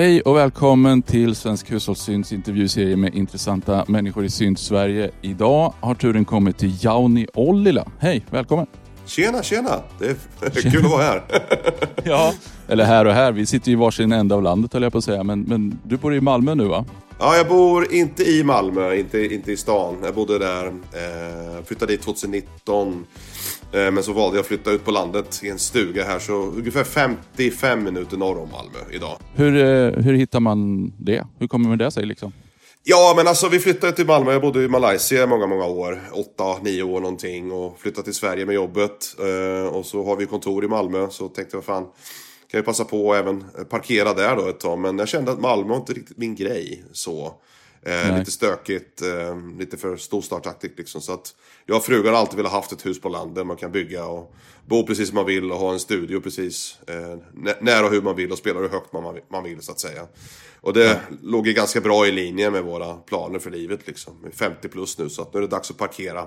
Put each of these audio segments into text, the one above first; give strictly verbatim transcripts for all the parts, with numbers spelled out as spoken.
Hej och välkommen till Svensk Hushållssyns intervjuserie med intressanta människor i synt-Sverige. Idag har turen kommit till Jauni Ollila. Hej, välkommen. Tjena, tjena. Det är tjena. Kul att vara här. Ja, eller här och här. Vi sitter ju i varsin ända av landet, höll jag på att säga. Men, men du bor i Malmö nu, va? Ja, jag bor inte i Malmö, inte, inte i stan. Jag bodde där, eh, flyttade dit tjugonitton. Eh, men så valde jag att flytta ut på landet i en stuga här. Så ungefär femtiofem minuter norr om Malmö idag. Hur, eh, hur hittar man det? Hur kommer det sig liksom? Ja, men alltså vi flyttade till Malmö. Jag bodde i Malaysia många, många år. Åtta, nio år någonting. Och flyttade till Sverige med jobbet. Eh, och så har vi kontor i Malmö. Så tänkte jag, fan, kan jag passa på att även parkera där då ett tag. Men jag kände att Malmö var inte riktigt min grej. Så eh, lite stökigt. Eh, lite för storstartaktigt liksom. Så att jag och frugan har alltid velat haft ett hus på landet. Man kan bygga och bo precis som man vill. Och ha en studio precis eh, när och hur man vill. Och spela hur högt man, man vill så att säga. Och det mm. låg ju ganska bra i linje med våra planer för livet liksom. femtio plus nu, så att nu är det dags att parkera.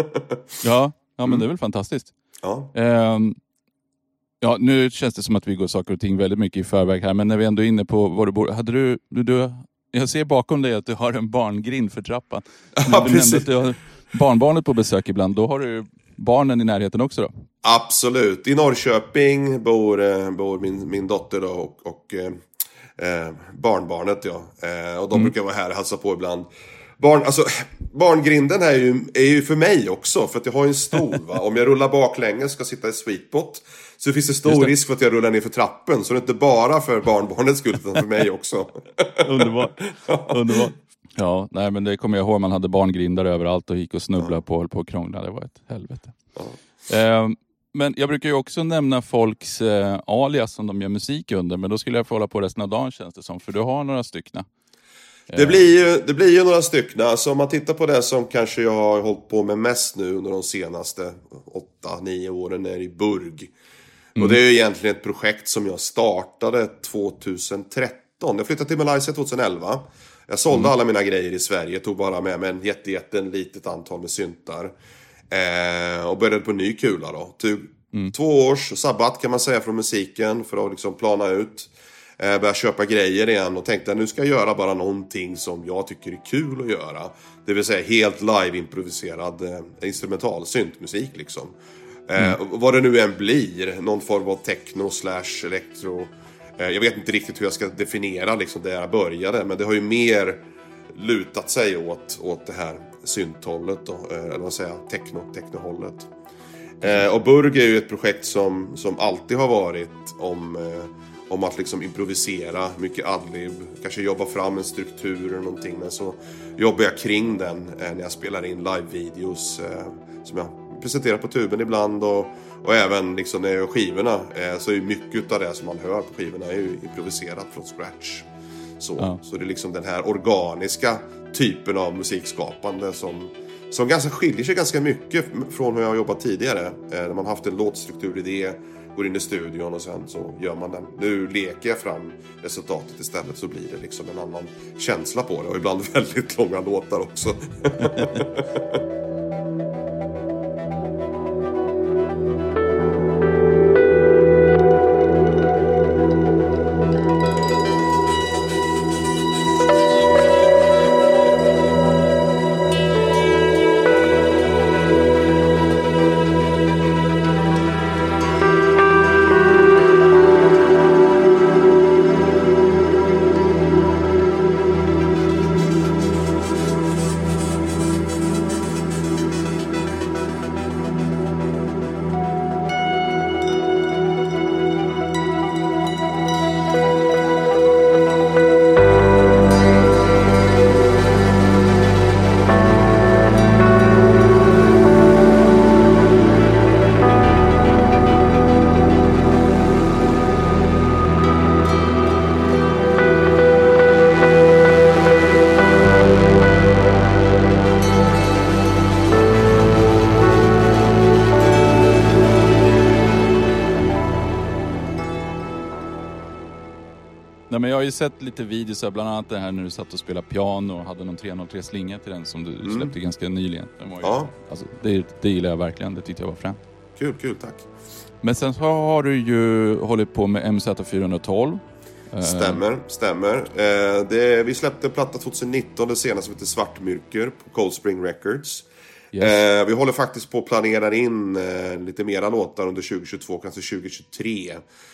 ja, ja, men det är väl fantastiskt. Ja. Um, ja, nu känns det som att vi går saker och ting väldigt mycket i förväg här. Men när vi ändå är inne på var du bor. Hade du, du, du jag ser bakom dig att du har en barngrind för trappan. Ja, du nämnde att du har barnbarnet på besök ibland. Då har du barnen i närheten också då? Absolut. I Norrköping bor, bor min, min dotter då och... och Eh, barnbarnet, ja. Eh, och de mm. brukar vara här och hälsa på ibland. Barn, alltså, barngrinden är ju, är ju för mig också. För att jag har en stol, va. Om jag rullar baklänges ska sitta i sweetpot, så finns det stor det. risk för att jag rullar ner för trappen. Så det är inte bara för barnbarnets skull, utan för mig också. Underbart. Underbart. Ja, nej, men det kommer jag ihåg. Man hade barngrindar överallt och gick och snubblade ja. på och på och krånglade. Det var ett helvete. Ja. Eh, Men jag brukar ju också nämna folks eh, alias som de gör musik under. Men då skulle jag få hålla på resten av dagen, känns det som. För du har några styckna. Det blir ju, det blir ju några styckna. Alltså om man tittar på det som kanske jag har hållit på med mest nu under de senaste åtta nio åren är i Burg. Mm. Och det är ju egentligen ett projekt som jag startade tjugohundratretton. Jag flyttade till Malaysia tjugoelva. Jag sålde mm. alla mina grejer i Sverige. Tog bara med mig en jätte, jätte en litet antal med syntar. Eh, och började på en ny kula då. Tog mm. två års sabbat kan man säga från musiken för att liksom plana ut. Eh, börja köpa grejer igen och tänkte att nu ska jag göra bara någonting som jag tycker är kul att göra. Det vill säga helt live-improviserad eh, instrumental syntmusik liksom. Eh, mm. Vad det nu än blir, någon form av techno slash elektro. Eh, jag vet inte riktigt hur jag ska definiera liksom där jag började, men det har ju mer lutat sig åt, åt det här synthållet då, eller vad säger jag, techno, technohållet. Eh, och Burg är ju ett projekt som, som alltid har varit om, eh, om att liksom improvisera, mycket adlib, kanske jobba fram en struktur eller någonting, men så jobbar jag kring den eh, när jag spelar in live-videos eh, som jag presenterar på tuben ibland och, och även liksom när jag gör skivorna eh, så är ju mycket av det som man hör på skivorna är ju improviserat från scratch. Så, ja. så det är liksom den här organiska typen av musikskapande som, som ganska skiljer sig ganska mycket från hur jag har jobbat tidigare. Eh, när man haft en låtstrukturidé, går in i studion och sen så gör man den. Nu leker jag fram resultatet istället, så blir det liksom en annan känsla på det. Och ibland väldigt långa låtar också. Nej, men jag har ju sett lite videos, bland annat det här när du satt och spelade piano och hade någon tre noll tre slinga till den som du mm. släppte ganska nyligen. Den var ju, ja. Alltså, det, det gillar jag verkligen, det tyckte jag var främt. Kul, kul, tack. Men sen så har du ju hållit på med M Z fyra tolv. Stämmer, stämmer. Eh, det, vi släppte en platta tjugonitton, det senaste som heter Svartmyrker på Cold Spring Records. Yes. Eh, vi håller faktiskt på att planera in eh, lite mera låtar under tjugohundratjugotvå, kanske tjugohundratjugotre.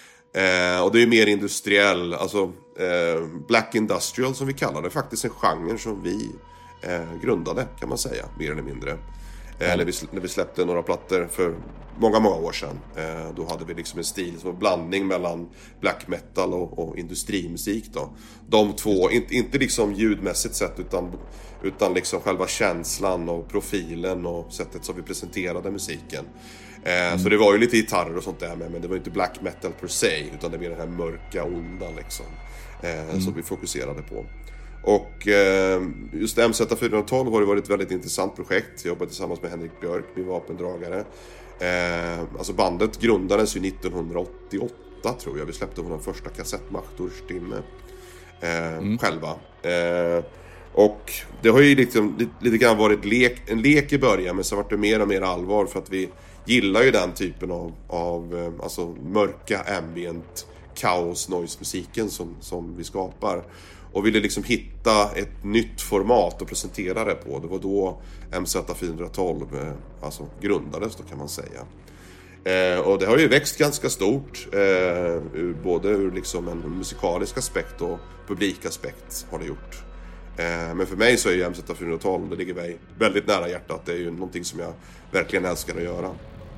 Eh, och det är mer industriell, alltså eh, Black Industrial som vi kallar det. Faktiskt en genre som vi eh, grundade, kan man säga, mer eller mindre. Eh, när, vi, när vi släppte några plattor för många, många år sedan. Eh, då hade vi liksom en stil som en blandning mellan black metal och, och industrimusik då. De två, inte, inte liksom ljudmässigt sett, utan, utan liksom själva känslan och profilen och sättet som vi presenterade musiken. Eh, mm. Så det var ju lite gitarrer och sånt där med, men det var inte black metal per se, utan det var mer den här mörka, onda liksom. Eh, mm. Som vi fokuserade på. Och eh, just M Z fyrahundratolv har det varit ett väldigt intressant projekt. Jag jobbade tillsammans med Henrik Björk, min vapendragare. Eh, alltså bandet grundades ju nittonhundraåttioåtta, tror jag. Vi släppte vår första kassett, Machturstimme, eh, mm. själva. Eh, och det har ju liksom, lite, lite grann varit lek, en lek i början, men så har det mer och mer allvar, för att vi gillar ju den typen av, av alltså mörka, ambient, kaos, noise-musiken som, som vi skapar. Och ville liksom hitta ett nytt format att presentera det på. Det var då M Z fyrahundratolv alltså grundades då, kan man säga. Eh, och det har ju växt ganska stort. Eh, ur, både ur liksom en musikalisk aspekt och publikaspekt har det gjort. Eh, men för mig så är ju M Z fyrahundratolv, det ligger mig väldigt nära hjärtat. Det är ju någonting som jag verkligen älskar att göra.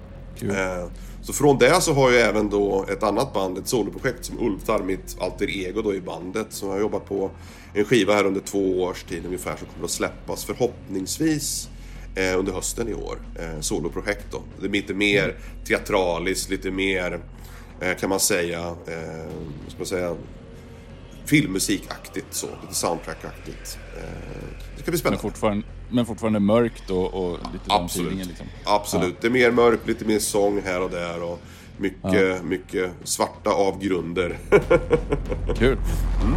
Eh, så från det så har jag även då ett annat band, ett soloprojekt som Ulftar, mitt alter ego då i bandet, som har jobbat på en skiva här under två års tid ungefär, som kommer att släppas förhoppningsvis eh, under hösten i år. Eh, soloprojekt då. Det är lite mer teatraliskt, lite mer eh, kan man säga, eh, ska man säga filmmusikaktigt så, lite soundtrackaktigt. Eh, det ska bli spännande. Men fortfarande, men fortfarande mörkt och, och lite absolut, liksom. absolut. Ja. Det är mer mörkt, lite mer sång här och där och mycket, ja. mycket svarta avgrunder. Kul. Mm.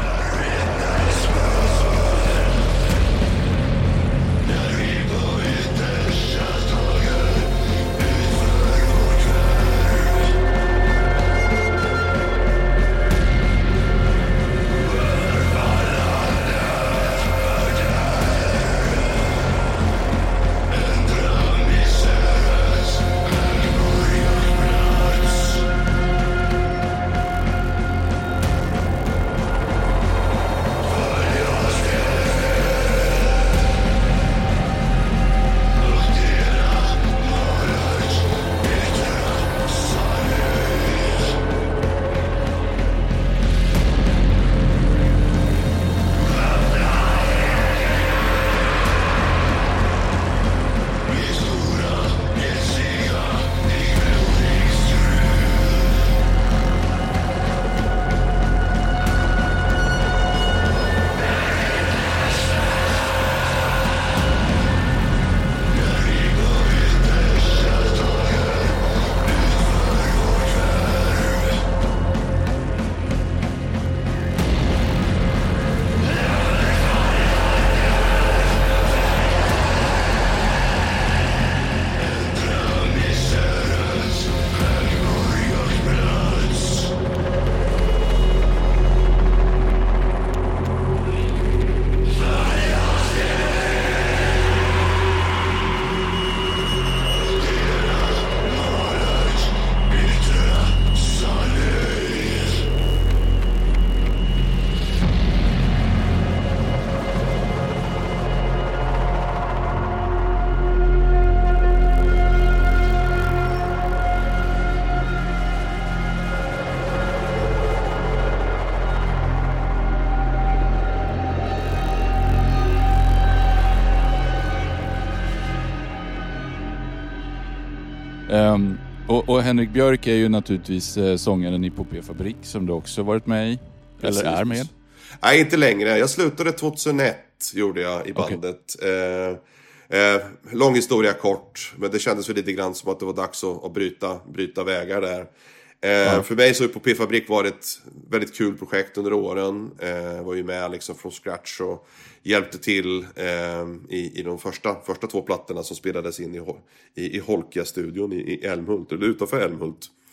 Um, och, och Henrik Björk är ju naturligtvis eh, sångaren i Popé-fabrik, som du också varit med i. Precis. Eller är med. Nej, inte längre. Jag slutade tjugohundraett, gjorde jag i bandet. Okay. Eh, eh, lång historia kort, men det kändes väl lite grann som att det var dags att, att bryta, bryta vägar där. Eh, ja. För mig så har Popé-fabrik varit ett väldigt kul projekt under åren. Eh, var ju med liksom från scratch och hjälpte till eh, i, i de första, första två plattorna som spelades in i, i, i Holkia-studion i, i Älmhult, eller utanför Älmhult.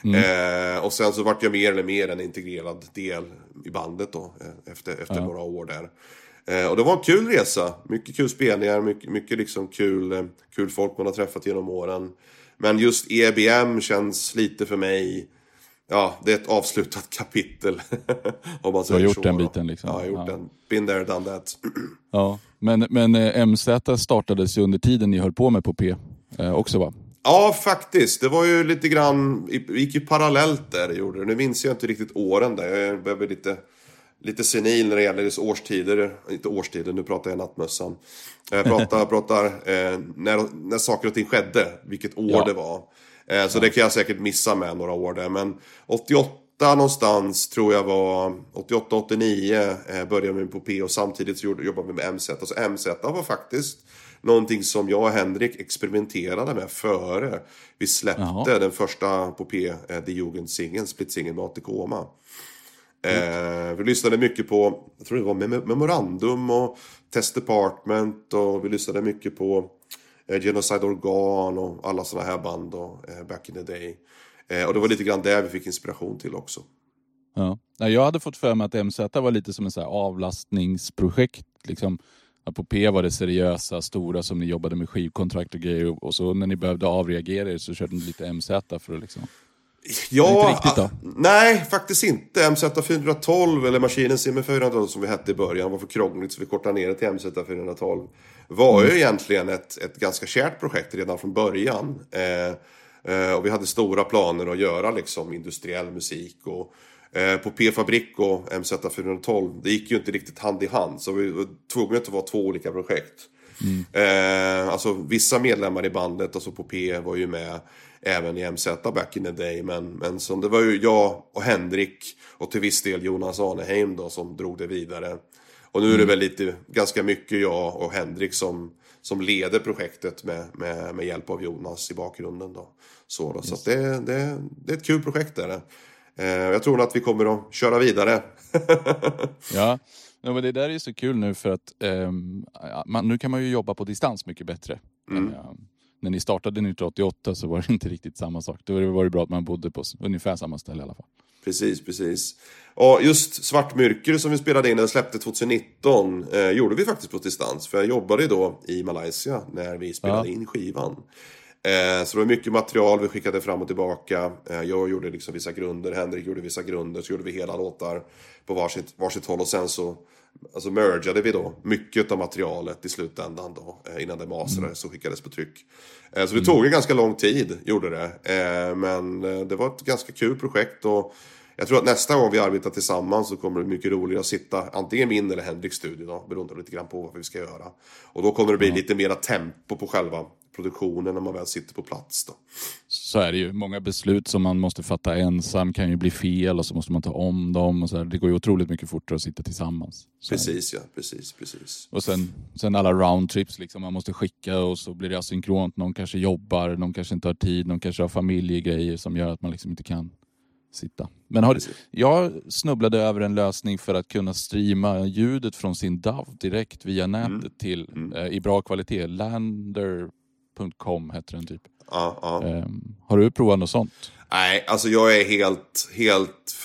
Mm. Eh, och sen så vart jag mer eller mer en integrerad del i bandet då, eh, efter, efter ja. några år där. Eh, och det var en kul resa, mycket kul spelningar, mycket, mycket liksom kul, eh, kul folk man har träffat genom åren. Men just E B M känns lite för mig, ja, det är ett avslutat kapitel. Om man du har gjort så, den biten liksom. Ja, jag har gjort ja. den. Been there, done that. Ja, men, men M Z startades ju under tiden ni höll på med på P eh, också, va? Ja, faktiskt. Det var ju lite grann, gick ju parallellt där det gjorde det. Nu minns jag inte riktigt åren där. Jag behöver lite, lite senil när det gäller årstider. Inte årstider, nu pratar jag nattmössan. Jag pratar, pratar eh, när, när saker och ting skedde, vilket år ja. det var. Eh, så ja. det kan jag säkert missa med några år där. Men åttioåtta någonstans tror jag var, åttioåtta åttionio eh, började vi på P och samtidigt så jobbade vi med M Z. Så M Z var faktiskt någonting som jag och Henrik experimenterade med före vi släppte Jaha. den första på P, eh, The Jugendsingen, Split-singeln med Atikoma. Mm. Eh, vi lyssnade mycket på, jag tror det var Mem- Memorandum och Test Department, och vi lyssnade mycket på eh, Genocide Organ och alla såna här band och, eh, back in the day. Eh, och det var lite grann där vi fick inspiration till också. Ja. Jag hade fått för mig att M Z var lite som en så här avlastningsprojekt liksom. På P var det seriösa, stora som ni jobbade med skivkontrakt och grejer. Och så när ni behövde avreagera er så körde ni lite M Z för att liksom... Ja, inte riktigt, då? Nej, faktiskt inte. M Z fyrahundratolv eller Maskinen Simmer fyrahundratolv som vi hette i början var för krångligt så vi kortade ner det till M Z fyrahundratolv. Var mm. ju egentligen ett, ett ganska kärt projekt redan från början. Eh, eh, och vi hade stora planer att göra liksom industriell musik och på P-fabrik och M Z fyrahundratolv, det gick ju inte riktigt hand i hand. Så vi var tvungna att vara två olika projekt. Mm. Eh, alltså vissa medlemmar i bandet, alltså på P, var ju med även i M Z back in the day. Men, men som det var ju jag och Henrik och till viss del Jonas Arneheim då, som drog det vidare. Och nu är det väl lite, ganska mycket jag och Henrik som, som leder projektet med, med, med hjälp av Jonas i bakgrunden då. Så, då. Så att det, det, det är ett kul projekt där. Jag tror att vi kommer att köra vidare. Ja, men det där är så kul nu för att um, man, nu kan man ju jobba på distans mycket bättre. Mm. Uh, när ni startade nittonhundraåttioåtta så var det inte riktigt samma sak. Då var det bra att man bodde på ungefär samma ställe i alla fall. Precis, precis. Och just Svartmyrker som vi spelade in och släppte tjugonitton eh, gjorde vi faktiskt på distans. För jag jobbade då i Malaysia när vi spelade ja. in skivan. Så det var mycket material vi skickade fram och tillbaka. Jag gjorde liksom vissa grunder, Henrik gjorde vissa grunder. Så gjorde vi hela låtar på varsitt, varsitt håll. Och sen så alltså mergade vi då mycket av materialet i slutändan då. Innan det masterades och skickades på tryck. Så det tog en ganska lång tid, gjorde det. Men det var ett ganska kul projekt. Och jag tror att nästa gång vi arbetar tillsammans så kommer det mycket roligare att sitta antingen min eller Henriks studio då, beroende lite grann på vad vi ska göra. Och då kommer det bli ja. lite mera tempo på själva produktionen när man väl sitter på plats då. Så är det ju. Många beslut som man måste fatta ensam kan ju bli fel och så måste man ta om dem. Och så här. Det går ju otroligt mycket fortare att sitta tillsammans. Så precis, ja. Precis, precis. Och sen, sen alla roundtrips liksom. Man måste skicka och så blir det asynkront. Någon kanske jobbar, någon kanske inte har tid, någon kanske har familjegrejer som gör att man liksom inte kan sitta. Men har, jag snubblade över en lösning för att kunna streama ljudet från sin D A W direkt via nätet mm. till mm. Eh, i bra kvalitet. Lander punkt com heter den typ. Ja, ja. Um, har du provat något sånt? Nej, alltså jag är helt, helt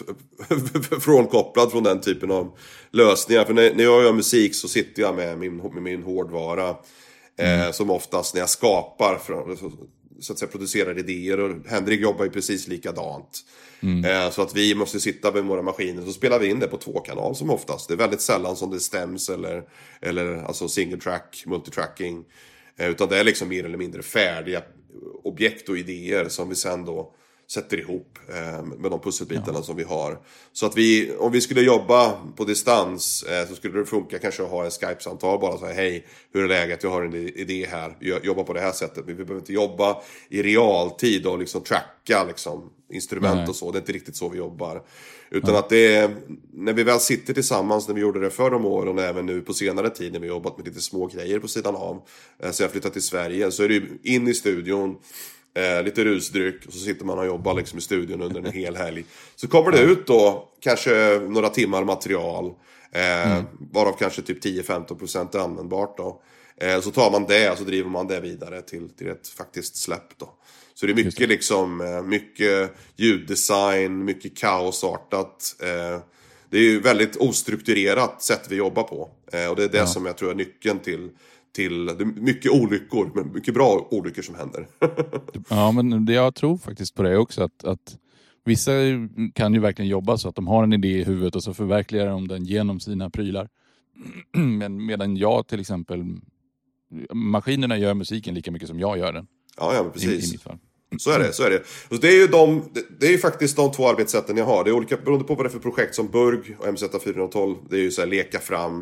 frånkopplad från den typen av lösningar. För när, när jag gör musik så sitter jag med min, med min hårdvara. Mm. Eh, som oftast när jag skapar, för, så att säga producerar idéer. Och Henrik jobbar ju precis likadant. Mm. Eh, så att vi måste sitta med våra maskiner. Så spelar vi in det på två kanal som oftast. Det är väldigt sällan som det stäms eller, eller alltså single track, multitracking. Utan det är liksom mer eller mindre färdiga objekt och idéer som vi sen då sätter ihop eh, med de pusselbitarna ja. som vi har. Så att vi, om vi skulle jobba på distans eh, så skulle det funka kanske att ha en Skype-samtal bara så här: hej, hur är läget? Jag har en idé här. Vi jobbar på det här sättet. Men vi behöver inte jobba i realtid och liksom tracka liksom instrument Nej. och så. Det är inte riktigt så vi jobbar. Utan ja. att det är, när vi väl sitter tillsammans, när vi gjorde det förra om åren och även nu på senare tid när vi jobbat med lite små grejer på sidan av. Eh, så jag flyttat till Sverige, så är det ju in i studion. Eh, lite rusdryck och så sitter man och jobbar liksom i studion under en hel helg. Så kommer det ut då kanske några timmar material eh, mm. varav kanske typ tio till femton procent är användbart då. Eh, så tar man det och så driver man det vidare till, till ett faktiskt släpp då. Så det är mycket liksom, mycket ljuddesign, mycket kaosartat. Eh, det är ju väldigt ostrukturerat sätt vi jobbar på. Eh, och det är det ja. som jag tror är nyckeln till, till det är mycket olyckor, men mycket bra olyckor som händer. Ja, men det, jag tror faktiskt på det också, att, att vissa kan ju verkligen jobba så att de har en idé i huvudet och så förverkligar de den genom sina prylar. Men medan jag till exempel, maskinerna gör musiken lika mycket som jag gör den. Ja, ja men precis. I, i mitt fall. Så är det, så är det. Och det är ju de, det är ju faktiskt de två arbetssätten jag har. Det är olika beroende på vad det är för projekt, som Burg och M Z fyra tolv. Det är ju så här leka fram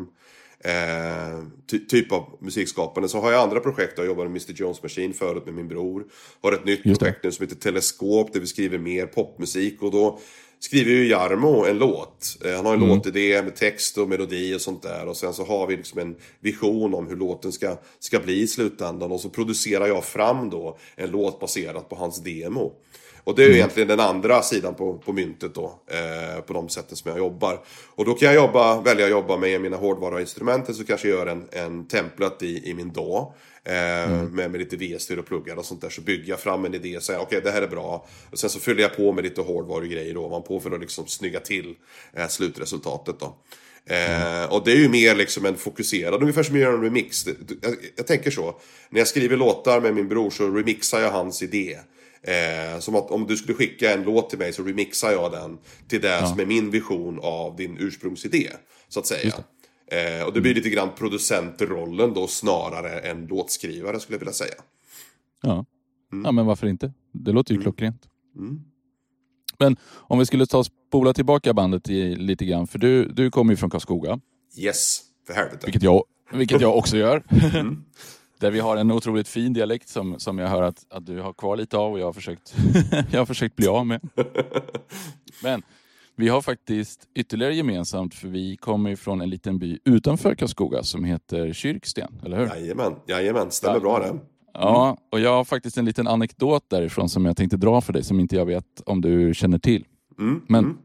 eh, ty, typ av musikskapande. Så har jag andra projekt. Jag jobbar med mister Jones Machine förut med min bror. Har ett nytt projekt nu som heter Teleskop, där vi skriver mer popmusik. Och då skriver ju Jarmo en låt. Han har en mm. låtidé med text och melodi och sånt där. Och sen så har vi liksom en vision om hur låten ska, ska bli i slutändan. Och så producerar jag fram då en låt baserat på hans demo. Och det är ju mm. egentligen den andra sidan på, på myntet då. Eh, på de sätten som jag jobbar. Och då kan jag jobba, välja att jobba med mina hårdvaruinstrumenten. Så kanske jag gör en, en templet i, i min D A W. Eh, mm. med, med lite V S-styr och pluggar och sånt där. Så bygger jag fram en idé och säger okej, okay, det här är bra. Och sen så fyller jag på med lite hårdvarugrejer då. Man på för att liksom snygga till eh, slutresultatet då. Eh, mm. Och det är ju mer liksom en fokuserad, ungefär som jag gör en remix. Jag, jag tänker så. När jag skriver låtar med min bror så remixar jag hans idé. Eh, som att om du skulle skicka en låt till mig så remixar jag den till det ja. som är min vision av din ursprungsidé, så att säga. Eh, och det blir lite grann producentrollen då snarare än låtskrivare, skulle jag vilja säga. Ja, mm. ja men varför inte? Det låter ju mm. klockrent. Mm. Men om vi skulle ta spola tillbaka bandet i, lite grann, för du, du kommer ju från Karlskoga. Yes, för helvete. Vilket jag, vilket jag också gör. Mm. Där vi har en otroligt fin dialekt som, som jag hör att, att du har kvar lite av och jag har försökt, jag har försökt bli av med. Men vi har faktiskt ytterligare gemensamt, för vi kommer från en liten by utanför Karlskoga som heter Kyrksten, eller hur? Jajamän, jajamän, stämmer ja. bra det. Mm. Ja, och jag har faktiskt en liten anekdot därifrån som jag tänkte dra för dig, som inte jag vet om du känner till. Mm. Men mm.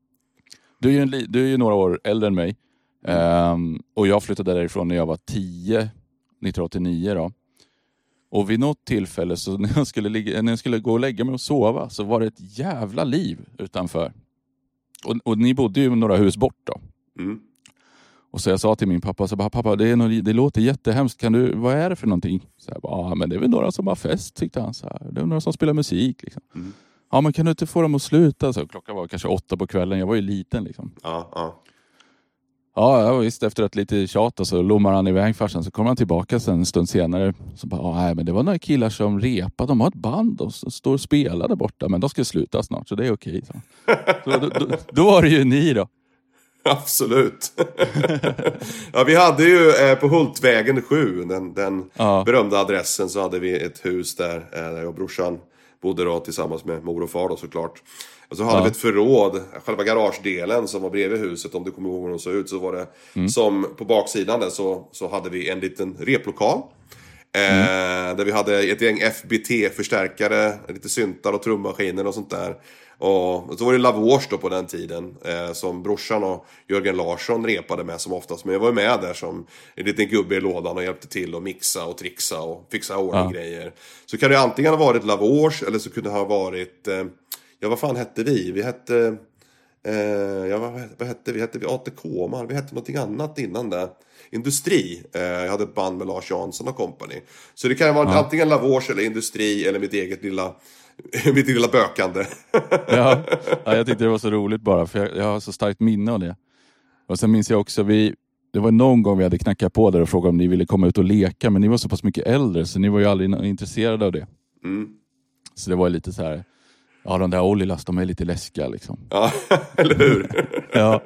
Du, är ju en, du är ju några år äldre än mig. Mm. Um, och jag flyttade därifrån när jag var tio, nittonhundraåttionio då. Och vid något tillfälle så när jag skulle, ligga, när jag skulle gå och lägga mig och sova så var det ett jävla liv utanför. Och, och ni bodde ju några hus bort då. Mm. Och så jag sa till min pappa, så bara, pappa det, är något, det låter jättehemskt, kan du, vad är det för någonting? Så jag bara, ja men det är väl några som har fest, tyckte han. Så här. Det är några som spelar musik liksom. Mm. Ja men kan du inte få dem att sluta? Så klockan var kanske åtta på kvällen, jag var ju liten liksom. Ja, ja. Ja, ja visst, efter ett lite tjat och så lommar han iväg farsan, så kommer han tillbaka sen en stund senare. Så bara, nej men det var några killar som repade, de har ett band och står och spelar där borta, men de ska sluta snart så det är okej. Så. Så då, då, då var det ju ni då. Absolut. Ja, vi hade ju eh, på Hultvägen sju, den, den ja. berömda adressen, så hade vi ett hus där, eh, där jag och brorsan bodde då tillsammans med mor och far då såklart. Och så hade ja. vi ett förråd, själva garagedelen som var bredvid huset, om du kommer ihåg hur de såg ut, så var det mm. som på baksidan där så, så hade vi en liten replokal. Eh, mm. Där vi hade ett gäng F B T-förstärkare, lite syntar och trummaskiner och sånt där. Och, och så var det Lavors då på den tiden, eh, som brorsan och Jörgen Larsson repade med som oftast. Men jag var ju med där som en liten gubbe i lådan och hjälpte till att mixa och trixa och fixa ordning ja. grejer. Så kan det antingen ha varit Lavors eller så kunde det ha varit... Eh, ja, vad fan hette vi? Vi hette... Eh, ja, vad, vad hette vi? Hette vi A T K-man? Vi hette någonting annat innan det. Industri. Eh, jag hade ett band med Lars Jansson och company. Så det kan ha varit ja. antingen Lavors eller Industri eller mitt eget lilla... mitt lilla bökande. ja, ja, jag tyckte det var så roligt bara, för jag, jag har så starkt minne av det. Och sen minns jag också, vi, det var någon gång vi hade knackat på där och frågat om ni ville komma ut och leka, men ni var så pass mycket äldre så ni var ju aldrig intresserade av det. Mm. Så det var lite så här, ja de där Olilas, de är lite läskiga liksom. Ja, eller hur? ja.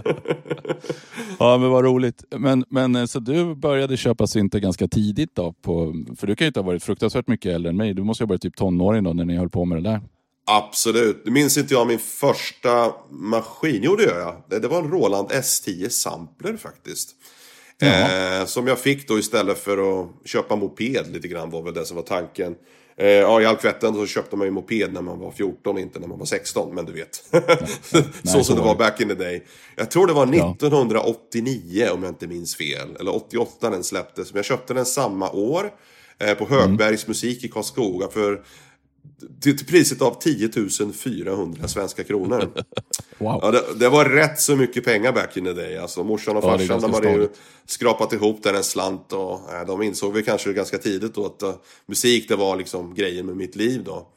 Ja, men vad roligt. Men, men så du började köpa syntar ganska tidigt då? På, för du kan ju inte ha varit fruktansvärt mycket äldre än mig. Du måste ju ha varit typ tonåring då när ni höll på med det där. Absolut. Nu minns inte jag min första maskin. Jo, det gör jag. Det, det var en Roland S tio Sampler faktiskt. Eh, som jag fick då istället för att köpa moped lite grann, var väl det som var tanken. Eh, ja, i Alkvetten så köpte man ju moped när man var fjorton, inte när man var sexton, men du vet. Nej, så nej, som det var back in the day. Jag tror det var nittonhundraåttionio, ja. Om jag inte minns fel. Eller åttioåtta den släpptes. Men jag köpte den samma år eh, på Högbergs mm. musik i Karlskoga för till, till priset av tio tusen fyrahundra svenska kronor. Wow. Ja, det, det var rätt så mycket pengar back in the day. Alltså morsan och farsan, ja, de hade ju skrapat ihop där en slant. Och äh, de insåg väl kanske ganska tidigt då att uh, musik, det var liksom grejen med mitt liv då.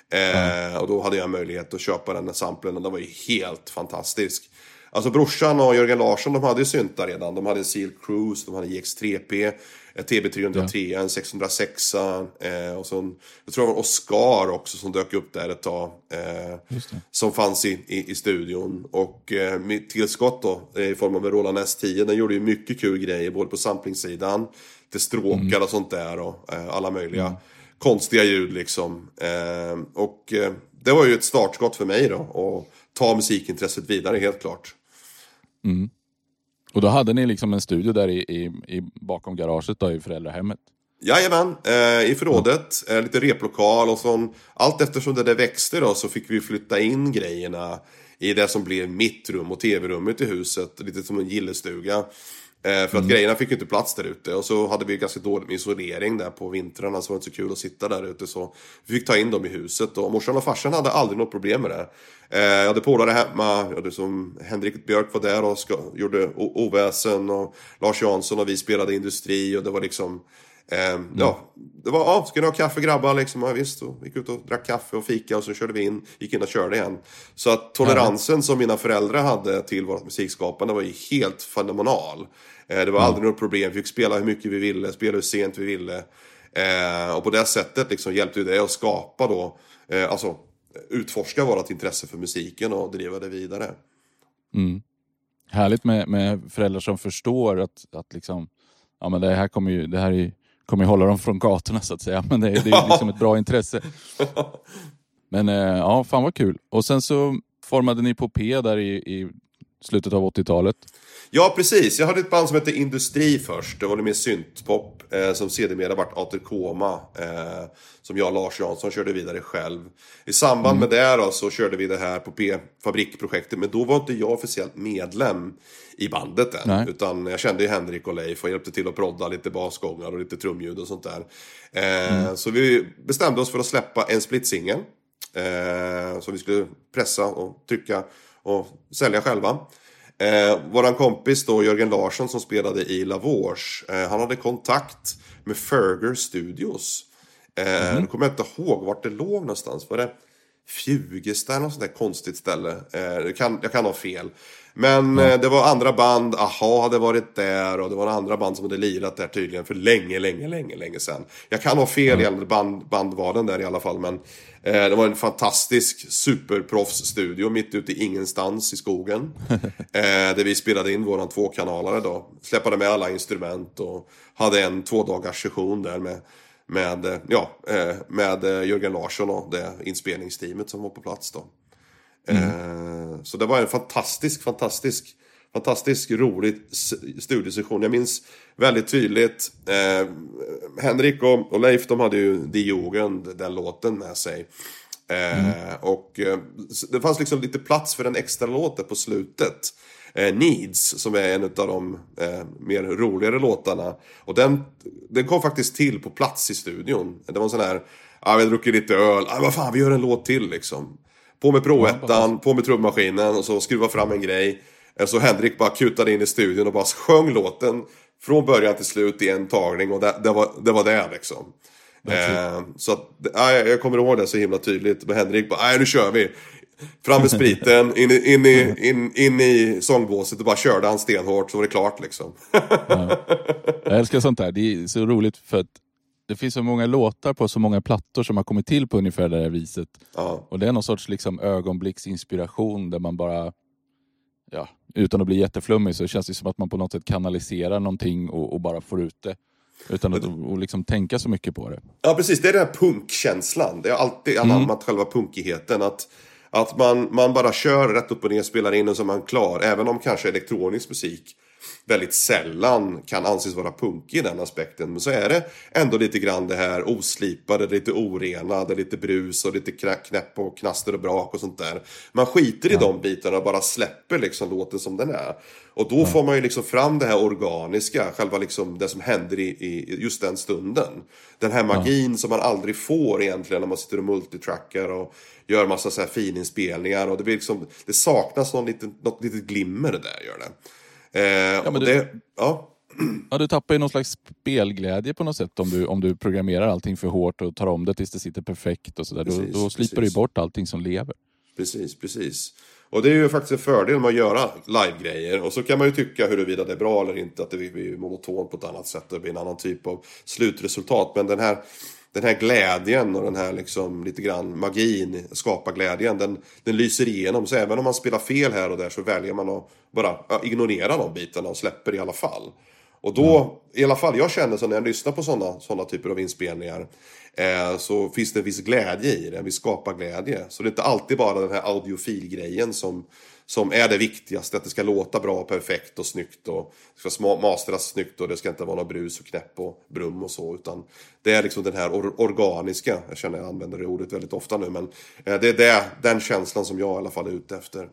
Eh, mm. Och då hade jag möjlighet att köpa den här samplen och den var ju helt fantastisk. Alltså brorsan och Jörgen Larsson, de hade ju syntar redan. De hade en Seal Cruise, de hade J X tre P, T B trehundratre, ja. En sexhundrasex eh, och så, jag tror det var Oscar också som dök upp där ett tag. Eh, som fanns i, i, i studion. Och eh, mitt tillskott då, i form av en Roland S tio, den gjorde ju mycket kul grejer. Både på samplingssidan, till stråkar mm. och sånt där. Och eh, alla möjliga mm. konstiga ljud liksom. Eh, och eh, det var ju ett startskott för mig då. Och ta musikintresset vidare, helt klart. Mm. Och då hade ni liksom en studio där i, i, i bakom garaget då, i föräldrahemmet? Jajamän, eh, i förrådet, eh, lite replokal och sån. Allt eftersom det där växte då så fick vi flytta in grejerna i det som blev mitt rum och tv-rummet i huset. Lite som en gillestuga. Eh, för att mm. grejerna fick ju inte plats där ute. Och så hade vi ganska dåligt med isolering där på vintrarna, så var det inte så kul att sitta där ute. Så vi fick ta in dem i huset. Och morsan och farsan hade aldrig något problem med det. Eh, jag hade polare hemma, jag hade som Henrik Björk var där och ska, gjorde oväsen, och Lars Jansson och vi spelade industri, och det var liksom eh, mm. ja, det var, ja, ska ni ha kaffe grabbar liksom, ja visst, och gick ut och drack kaffe och fika, och så körde vi in, gick in och körde igen. Så att toleransen mm. som mina föräldrar hade till vårt musikskapande var ju helt fenomenal. eh, Det var mm. aldrig något problem, vi fick spela hur mycket vi ville, spela hur sent vi ville, eh, och på det sättet liksom hjälpte det att skapa då, eh, alltså utforska vårat intresse för musiken och driva det vidare. Mm. Härligt med, med föräldrar som förstår att, att liksom, ja, men det här kommer ju, det här är, kommer ju hålla dem från gatorna så att säga. Men det, det är ju liksom ett bra intresse. Men eh, ja, fan vad kul. Och sen så formade ni på P där i, i slutet av åttiotalet. Ja, precis. Jag hade ett band som hette Industri först. Det var mer syntpop eh, som sedermera vart Aterkoma. Eh, som jag och Lars Jansson körde vidare själv. I samband mm. med det då, så körde vi det här på P-fabrikprojektet. Men då var inte jag officiellt medlem i bandet än. Nej. Utan jag kände ju Henrik och Leif och hjälpte till att prodda lite basgångar och lite trumljud och sånt där. Eh, mm. Så vi bestämde oss för att släppa en splitsingel. Eh, som vi skulle pressa och trycka och sälja själva. Eh, våran kompis då, Jörgen Larsson, som spelade i Lavors, eh, han hade kontakt med Ferger Studios. Eh, mm. Nu kommer jag inte ihåg vart det låg någonstans. Var det Fjugesta eller något sånt där konstigt ställe? Eh, jag, kan, jag kan ha fel. Men mm. eh, det var andra band, Aha hade varit där, och det var andra band som hade lirat där tydligen för länge, länge, länge, länge sedan. Jag kan ha fel mm. i band, bandvalen där i alla fall, men eh, det var en fantastisk superproffsstudio mitt ute i ingenstans i skogen. eh, där vi spelade in våran tvåkanalare då. Släppade med alla instrument och hade en två dagars session där med med, ja, med Jörgen Larsson och det inspelningsteamet som var på plats då. Mm. Så det var en fantastisk, fantastisk, fantastisk rolig studiesession. Jag minns väldigt tydligt eh, Henrik och, och Leif, de hade ju Die Jugend, den låten med sig. Eh, mm. Och eh, det fanns liksom lite plats för en extra låt på slutet. Eh, Needs, som är en av de eh, mer roligare låtarna. Och den, den kom faktiskt till på plats i studion. Det var en sån här, ja, vi har druckit lite öl, ja, vad fan, vi gör en låt till liksom. På med proettan, på med trummaskinen, och så skruva fram en grej. Så Henrik bara kutade in i studion och bara sjöng låten från början till slut i en tagning. Och det, det, var, det var det liksom. Eh, så att, ja, jag kommer ihåg det så himla tydligt. Men Henrik bara, nej, nu kör vi. Fram med spriten, in, in, i, in, in i sångbåset och bara körde han stenhårt, så var det klart liksom. Ja. Jag älskar sånt här, det är så roligt för att det finns så många låtar på så många plattor som har kommit till på ungefär det här viset. Ja. Och det är någon sorts liksom ögonblicksinspiration där man bara, ja, utan att bli jätteflummig, så känns det som att man på något sätt kanaliserar någonting och, och bara får ut det. Utan att och liksom tänka så mycket på det. Ja, precis. Det är den här punkkänslan. Det är alltid anammat mm. själva punkigheten. Att, att man, man bara kör rätt upp och ner, spelar in och så är man klar. Även om kanske elektronisk musik väldigt sällan kan anses vara punkig i den aspekten. Men så är det ändå lite grann det här oslipade, lite orena, det lite brus och lite knäpp och knaster och brak och sånt där. Man skiter i ja. de bitarna och bara släpper liksom låten som den är. Och då ja. får man ju liksom fram det här organiska, själva liksom det som händer i, i just den stunden. Den här magin ja. som man aldrig får egentligen när man sitter och multitrackar och gör massa så här fininspelningar. Och det, blir liksom, det saknas någon liten, något litet glimmer där, gör det. Eh, ja, men du, det, ja. ja, du tappar ju någon slags spelglädje på något sätt om du, om du programmerar allting för hårt och tar om det tills det sitter perfekt och sådär. Då, då slipper du bort allting som lever. Precis, precis. Och det är ju faktiskt en fördel med att göra live-grejer. Och så kan man ju tycka huruvida det är bra eller inte, att det blir monotont på ett annat sätt. Det blir en annan typ av slutresultat. Men den här, den här glädjen och den här liksom lite grann magin, skaparglädjen, den, den lyser igenom. Så även om man spelar fel här och där så väljer man att bara ignorera de bitarna och släpper i alla fall. Och då, mm. i alla fall jag känner så när jag lyssnar på sådana, sådana typer av inspelningar eh, så finns det en viss glädje i det, en viss skaparglädje. Så det är inte alltid bara den här audiofilgrejen som, som är det viktigaste, att det ska låta bra, perfekt och snyggt och det ska masteras snyggt och det ska inte vara något brus och knäpp och brum och så, utan det är liksom den här or- organiska, jag känner jag använder det ordet väldigt ofta nu, men eh, det är det, den känslan som jag i alla fall är ute efter.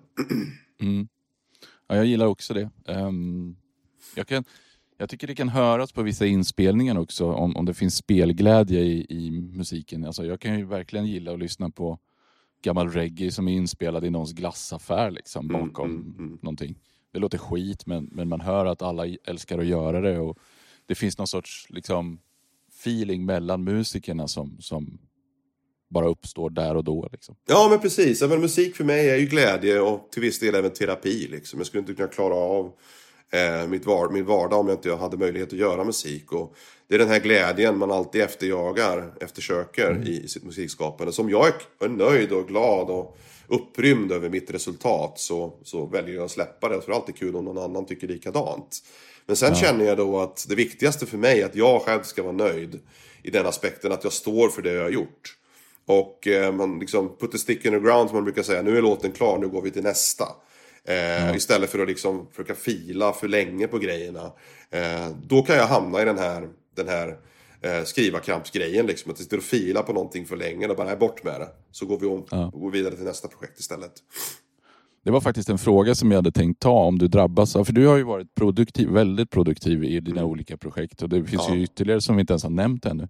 Mm. Ja, jag gillar också det. Um, jag kan... Jag tycker det kan höras på vissa inspelningar också om, om det finns spelglädje i, i musiken. Alltså jag kan ju verkligen gilla att lyssna på gammal reggae som är inspelad i någons glassaffär liksom, bakom mm, mm, mm. någonting. Det låter skit men, men man hör att alla älskar att göra det och det finns någon sorts liksom, feeling mellan musikerna som, som bara uppstår där och då. Liksom. Ja men precis, men musik för mig är ju glädje och till viss del även terapi. Liksom. Jag skulle inte kunna klara av Eh, mitt var, min vardag om jag inte hade möjlighet att göra musik. Och det är den här glädjen man alltid efterjagar, eftersöker mm. i sitt musikskapande. Som jag är nöjd och glad och upprymd över mitt resultat, så, så väljer jag att släppa det. För det är alltid kul om någon annan tycker likadant. Men sen ja. känner jag då att det viktigaste för mig är att jag själv ska vara nöjd i den aspekten att jag står för det jag har gjort. Och eh, man liksom put the stick in the ground som man brukar säga. Nu är låten klar, nu går vi till nästa. Eh, mm. Istället för att liksom försöka fila för länge på grejerna. eh, Då kan jag hamna i den här, den här eh, skrivarkrampsgrejen liksom, att jag sitter och fila på någonting för länge och bara är bort med det. Så går vi om, ja. går vidare till nästa projekt istället. Det var faktiskt en fråga som jag hade tänkt ta om du drabbas av. För du har ju varit produktiv, väldigt produktiv i dina mm. olika projekt. Och det finns ja. ju ytterligare som vi inte ens har nämnt ännu.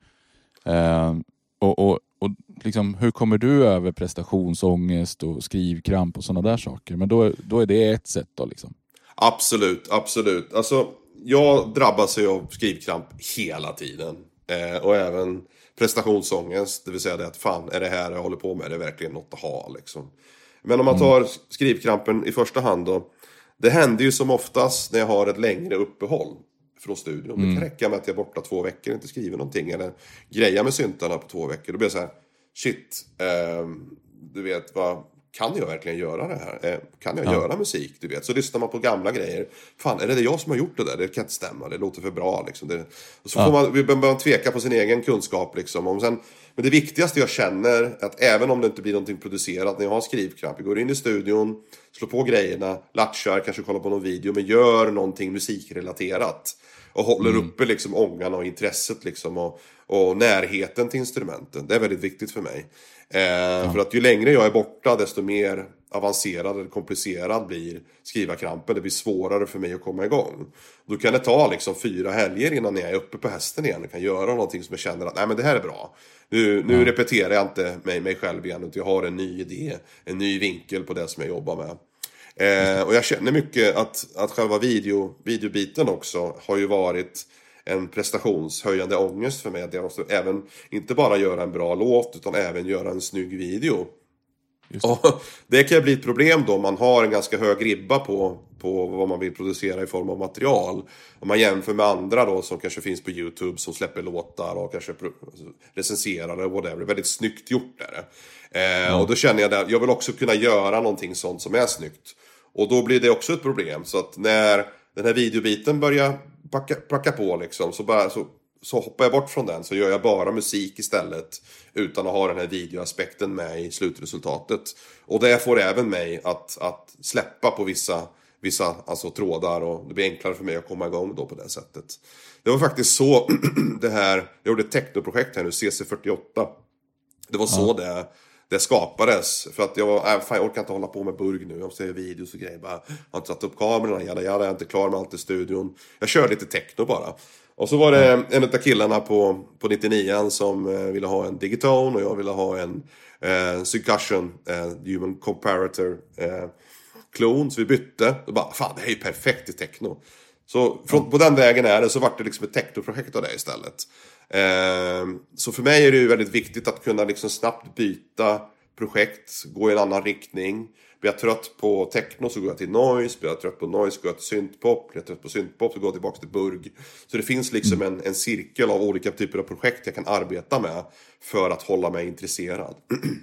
eh, Och, och Och liksom, hur kommer du över prestationsångest och skrivkramp och sådana där saker? Men då, då är det ett sätt då liksom. Absolut, absolut. Alltså, jag drabbas ju av skrivkramp hela tiden. Eh, och även prestationsångest. Det vill säga det att fan, är det här jag håller på med? Det är verkligen något att ha liksom. Men om man tar skrivkrampen i första hand då. Det händer ju som oftast när jag har ett längre uppehåll från studion. Mm. Det kan räcka med att jag är borta två veckor och inte skriver någonting. Eller greja med syntarna på två veckor. Då blir jag så här, shit. Eh, du vet, vad, kan jag verkligen göra det här? Eh, kan jag ja. göra musik? Du vet. Så lyssnar man på gamla grejer. Fan, är det jag som har gjort det där? Det kan inte stämma. Det låter för bra. Liksom. Det, och så ja. får man, vi börjar tveka på sin egen kunskap. Liksom. Om sen, men det viktigaste jag känner är att även om det inte blir någonting producerat när jag har skrivkramp. Jag går in i studion, slår på grejerna, latchar, kanske kollar på någon video. Men gör någonting musikrelaterat. Och håller mm. uppe liksom ångan och intresset liksom och, och närheten till instrumenten. Det är väldigt viktigt för mig. Eh, ja. För att ju längre jag är borta desto mer avancerad eller komplicerad blir skrivarkrampen. Det blir svårare för mig att komma igång. Då kan det ta liksom fyra helger innan jag är uppe på hästen igen och kan göra någonting som jag känner att nej men det här är bra. Nu, nu ja. repeterar jag inte mig, mig själv igen utan jag har en ny idé, en ny vinkel på det som jag jobbar med. Eh, och jag känner mycket att, att själva video, videobiten också har ju varit en prestationshöjande ångest för mig. Att jag måste även, inte bara göra en bra låt utan även göra en snygg video. Just det. Och det kan bli ett problem då om man har en ganska hög ribba på, på vad man vill producera i form av material. Om man jämför med andra då som kanske finns på YouTube som släpper låtar och kanske recenserar eller whatever. Väldigt snyggt gjort där. Eh, mm. Och då känner jag att jag vill också kunna göra någonting sånt som är snyggt. Och då blir det också ett problem. Så att när den här videobiten börjar packa, packa på liksom, så, bara, så, så hoppar jag bort från den. Så gör jag bara musik istället. Utan att ha den här videoaspekten med i slutresultatet. Och det får även mig att, att släppa på vissa, vissa alltså, trådar och det blir enklare för mig att komma igång då på det sättet. Det var faktiskt så det här, jag gjorde ett technoprojekt här nu, C C fyrtioåtta. Det var så ja. det, det skapades. För att jag var, äh, fan jag orkar inte hålla på med burg nu. Jag måste göra videos och grejer. Bara, jag har inte satt upp kamerorna, jada, jada, jag är inte klar med allt i studion. Jag kör lite techno bara. Och så var det en av killarna på, på nittionio som eh, ville ha en Digitone och jag ville ha en eh, Syncussion, eh, Human Comparator eh, klon. Så vi bytte och bara, fan det här är ju perfekt i techno. Så från, mm. på den vägen är det, så vart det liksom ett technoprojekt av det istället. Eh, så för mig är det ju väldigt viktigt att kunna liksom snabbt byta projekt, gå i en annan riktning. Blir jag trött på techno så går jag till noise, blir jag trött på noise går jag till syntpop, blir jag trött på syntpop så går jag tillbaka till burg. Så det finns liksom en, en cirkel av olika typer av projekt jag kan arbeta med för att hålla mig intresserad.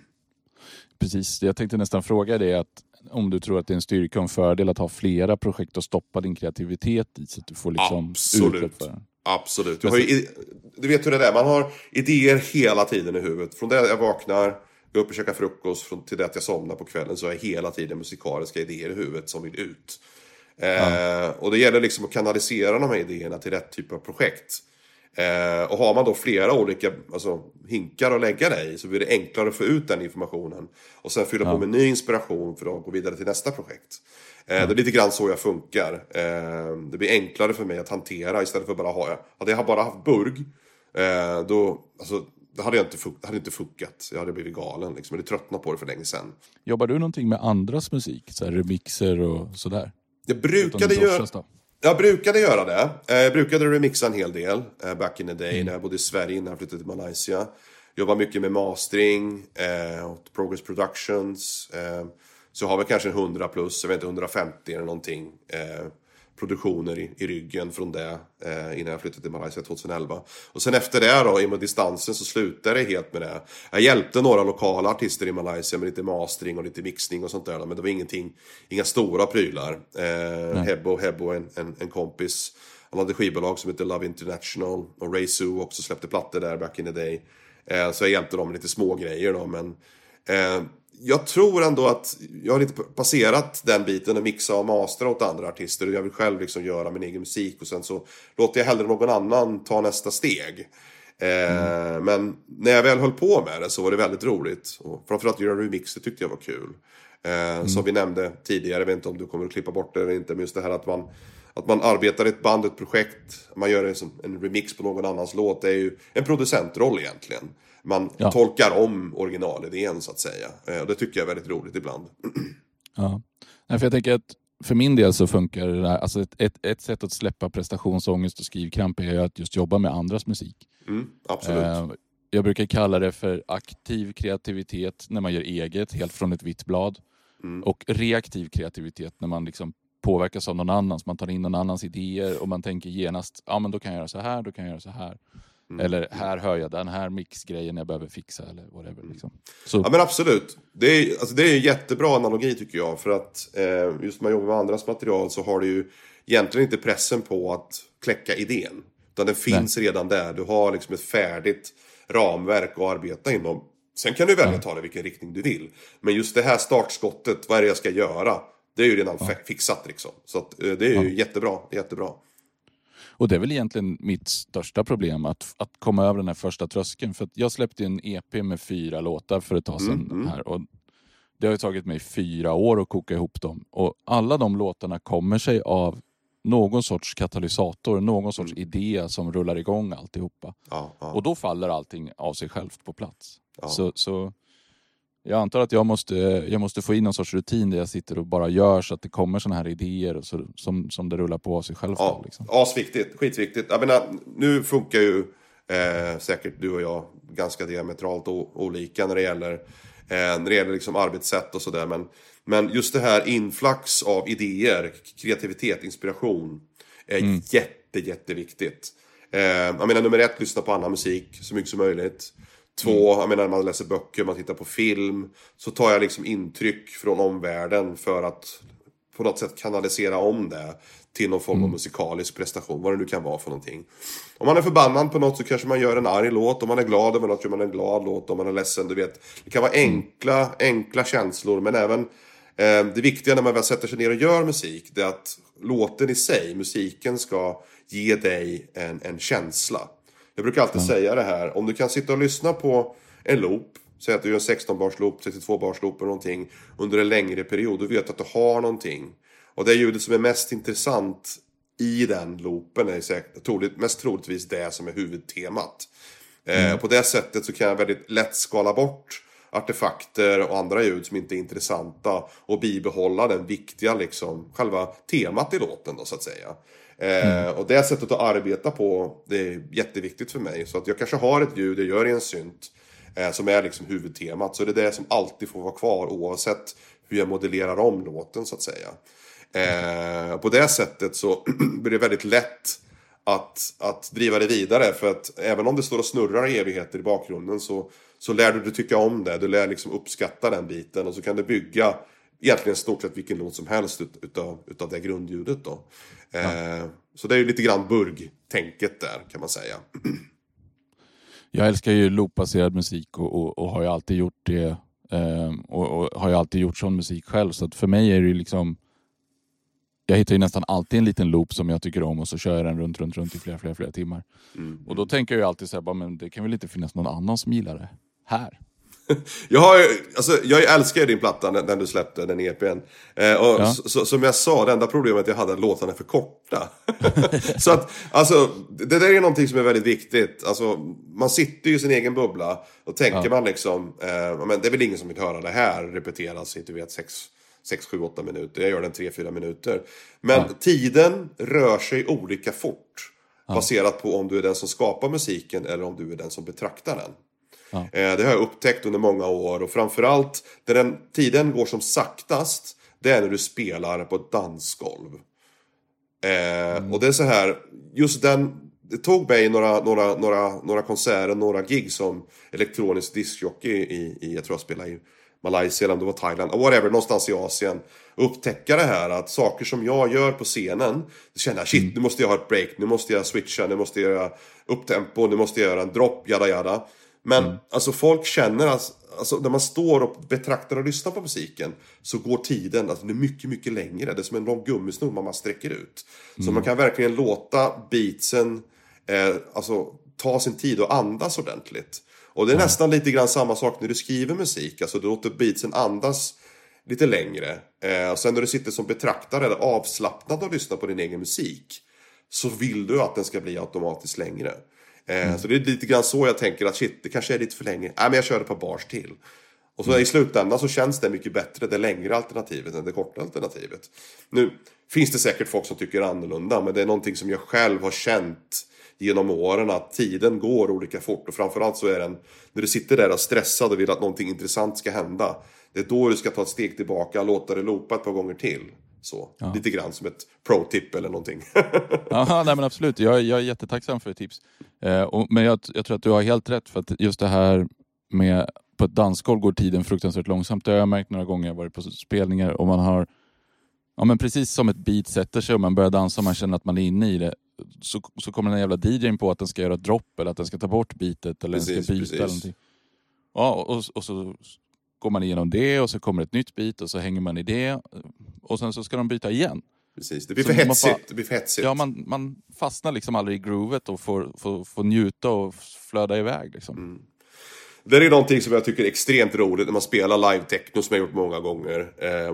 Precis, jag tänkte nästan fråga dig att om du tror att det är en styrka och en fördel att ha flera projekt och stoppa din kreativitet i så att du får liksom utlopp för den. Absolut. Du, har ju, du vet hur det är, man har idéer hela tiden i huvudet. Från det jag vaknar, går upp och käkar frukost från till det att jag somnar på kvällen så har jag hela tiden musikaliska idéer i huvudet som vill ut. Ja. Eh, och det gäller liksom att kanalisera de här idéerna till rätt typ av projekt. Eh, och har man då flera olika alltså, hinkar att lägga det i så blir det enklare att få ut den informationen. Och sen fylla ja. på med ny inspiration för att gå vidare till nästa projekt. Eh, ja. Det är lite grann så jag funkar. Eh, det blir enklare för mig att hantera istället för att bara ha. Hade jag bara haft burg eh, då... Alltså, det hade, jag inte fun- det hade inte funkat. Jag hade blivit galen. Liksom. Jag hade tröttnat på det för länge sedan. Jobbar du någonting med andras musik? Så här remixer och sådär? Jag brukade, göra, jag brukade göra det. Jag brukade remixa en hel del. Back in the day. Mm. När jag bodde i Sverige. När jag flyttade till Malaysia. Jobbar mycket med mastering. Eh, Progress Productions. Eh, så jag har väl kanske en hundra plus. Jag vet inte, hundrafemtio eller någonting. Eh, produktioner i, i ryggen från det eh, innan jag flyttade till Malaysia tjugoelva. Och sen efter det då, i och med distansen så slutade det helt med det. Jag hjälpte några lokala artister i Malaysia med lite mastering och lite mixning och sånt där. Men det var ingenting, inga stora prylar. Eh, Hebbo, Hebbo en, en, en kompis. Han hade skivbolag som heter Love International. Och Ray Sue också släppte plattor där back in the day. Eh, så jag hjälpte dem med lite små grejer då. Men... Eh, jag tror ändå att jag har lite passerat den biten och mixa och mastra åt andra artister. Jag vill själv liksom göra min egen musik och sen så låter jag hellre någon annan ta nästa steg. Mm. Eh, men när jag väl höll på med det så var det väldigt roligt. Och framförallt göra remixer tyckte jag var kul. Eh, mm. Som vi nämnde tidigare, jag vet inte om du kommer att klippa bort det eller inte. Men just det här att man, att man arbetar i ett band, ett projekt. Man gör som en remix på någon annans låt. Det är ju en producentroll egentligen. Man ja. tolkar om originalidén så att säga. Och det tycker jag är väldigt roligt ibland. Ja, för jag tänker att för min del så funkar det där. Alltså ett, ett, ett sätt att släppa prestationsångest och skrivkramp är ju att just jobba med andras musik. Mm, absolut. Eh, jag brukar kalla det för aktiv kreativitet när man gör eget, helt från ett vitt blad. Mm. Och reaktiv kreativitet när man liksom påverkas av någon annans. Man tar in någon annans idéer och man tänker genast, ja men då kan jag göra så här, då kan jag göra så här. Mm. Eller här hör jag den här mixgrejen jag behöver fixa eller whatever liksom. Så. Ja men absolut. Det är, alltså, det är en jättebra analogi tycker jag. För att eh, just när man jobbar med andras material så har du ju egentligen inte pressen på att kläcka idén. Utan den finns Nej. redan där. Du har liksom ett färdigt ramverk att arbeta inom. Sen kan du välja att ta det i vilken riktning du vill. Men just det här startskottet, vad är det jag ska göra? Det är ju redan ja. fixat liksom. Så att, eh, det är ju ja. jättebra, jättebra. Och det är väl egentligen mitt största problem att, att komma över den här första tröskeln. För att jag släppte en E P med fyra låtar för ett tag sedan mm, mm. här. Och det har ju tagit mig fyra år att koka ihop dem. Och alla de låtarna kommer sig av någon sorts katalysator, någon sorts mm. idé som rullar igång alltihopa. Ja, ja. Och då faller allting av sig självt på plats. Ja. Så... så jag antar att jag måste, jag måste få in någon sorts rutin där jag sitter och bara gör så att det kommer såna här idéer och så, som, som det rullar på av sig själv. Ja, liksom. asviktigt, skitviktigt. Jag menar, nu funkar ju eh, säkert du och jag ganska diametralt o- olika när det gäller, eh, när det gäller liksom arbetssätt och sådär. Men, men just det här influx av idéer, kreativitet, inspiration är mm. jätte, jätteviktigt. Eh, jag menar, nummer ett, lyssna på annan musik så mycket som möjligt. Två, jag menar när man läser böcker, man tittar på film. Så tar jag liksom intryck från omvärlden för att på något sätt kanalisera om det till någon form av mm. musikalisk prestation. Vad det nu kan vara för någonting. Om man är förbannad på något så kanske man gör en arg låt. Om man är glad över något gör man en glad låt. Om man är ledsen, du vet. Det kan vara enkla, enkla känslor men även Eh, det viktiga när man väl sätter sig ner och gör musik, det är att låten i sig, musiken ska ge dig en, en känsla. Jag brukar alltid mm. säga det här, om du kan sitta och lyssna på en loop, säg att du gör en sexton-bars loop, trettiotvå-bars loop eller någonting under en längre period, du vet att du har någonting. Och det ljudet som är mest intressant i den loopen är säkert, troligt, mest troligtvis det som är huvudtemat. Mm. Eh, på det sättet så kan jag väldigt lätt skala bort artefakter och andra ljud som inte är intressanta och bibehålla den viktiga liksom, själva temat i låten då, så att säga. Eh, mm. Och det sättet att arbeta på, det är jätteviktigt för mig. Så att jag kanske har ett ljud jag gör i en synt eh, som är liksom huvudtemat. Så det är det som alltid får vara kvar oavsett hur jag modellerar om låten, så att säga. Eh, på det sättet så blir det väldigt lätt att, att driva det vidare. För att även om det står och snurrar i evigheter i bakgrunden så, så lär du dig tycka om det. Du lär liksom uppskatta den biten. Och så kan du bygga egentligen stort sett vilken låt som helst ut, utav, utav det grundljudet då. Eh, ja. Så det är ju lite grann burg-tänket där, kan man säga. Jag älskar ju loopbaserad musik och, och, och har ju alltid gjort det. Eh, och, och har ju alltid gjort sån musik själv. Så att för mig är det ju liksom... Jag hittar ju nästan alltid en liten loop som jag tycker om och så kör jag den runt, runt, runt i flera, flera, flera timmar. Mm. Och då tänker jag ju alltid så här, men det kan väl inte finnas någon annan som gillar det här. Jag, har, alltså, jag älskar din platta när, när du släppte den E P:n. Eh, och ja. så, som jag sa, det enda problemet jag hade att låtarna är för korta. Så att, alltså, det där är någonting som är väldigt viktigt. Alltså, man sitter ju i sin egen bubbla och tänker ja. man liksom, eh, men det är väl ingen som vill höra det här repeteras i, du vet, sex, sex, sju, åtta minuter. Jag gör den tre, fyra minuter. Men ja. tiden rör sig olika fort. Ja. Baserat på om du är den som skapar musiken eller om du är den som betraktar den. Ja. Det har jag upptäckt under många år. Och framförallt där den tiden går som saktast, det är när du spelar på ett dansgolv. eh, mm. Och det är så här, just den, det tog mig några, några, några, några konserter, några gig som elektronisk discjockey i, i, jag tror jag spelade i Malaysia eller om det var Thailand, whatever, någonstans i Asien. Upptäcka det här att saker som jag gör på scenen, det känner jag, shit, mm. nu måste jag ha ett break, nu måste jag switcha, nu måste jag göra upptempo, nu måste jag göra en drop, jada jada. Men mm. alltså folk känner att alltså, när man står och betraktar och lyssnar på musiken så går tiden, alltså det är mycket, mycket längre. Det är som en lång gummisnor man sträcker ut. Mm. Så man kan verkligen låta beatsen eh, alltså, ta sin tid och andas ordentligt. Och det är mm. nästan lite grann samma sak när du skriver musik. Alltså du låter beatsen andas lite längre. Eh, och sen när du sitter som betraktare eller avslappnad och lyssnar på din egen musik så vill du att den ska bli automatiskt längre. Mm. Så det är lite grann så jag tänker att shit, det kanske är lite för länge. Nej, men jag kör ett par bars till. Och så mm. i slutändan så känns det mycket bättre det längre alternativet än det korta alternativet. Nu finns det säkert folk som tycker annorlunda, men det är någonting som jag själv har känt genom åren att tiden går olika fort. Och framförallt så är den, när du sitter där och stressad och vill att någonting intressant ska hända, det är då du ska ta ett steg tillbaka och låta det loopa ett par gånger till. Så, ja. Lite grann som ett pro-tip eller någonting. Aha, nej men absolut, jag, jag är jättetacksam för ett tips. Eh, och, men jag, jag tror att du har helt rätt, för att just det här med på ett dansgolv går tiden fruktansvärt långsamt. Det har jag märkt några gånger, jag har varit på spelningar och man har, ja men precis som ett beat sätter sig och man börjar dansa och man känner att man är inne i det, så, så kommer den jävla D J:n på att den ska göra ett dropp eller att den ska ta bort beatet eller precis, den ska byta eller någonting. Ja, och, och så går man igenom det och så kommer ett nytt beat och så hänger man i det och sen så ska de byta igen. Precis, det blir för hetsigt. Fa- det blir för hetsigt. Ja, man, man fastnar liksom aldrig i groovet och får, får, får njuta och flöda iväg liksom. Mm. Det är någonting som jag tycker är extremt roligt när man spelar live-techno som jag har gjort många gånger. Eh,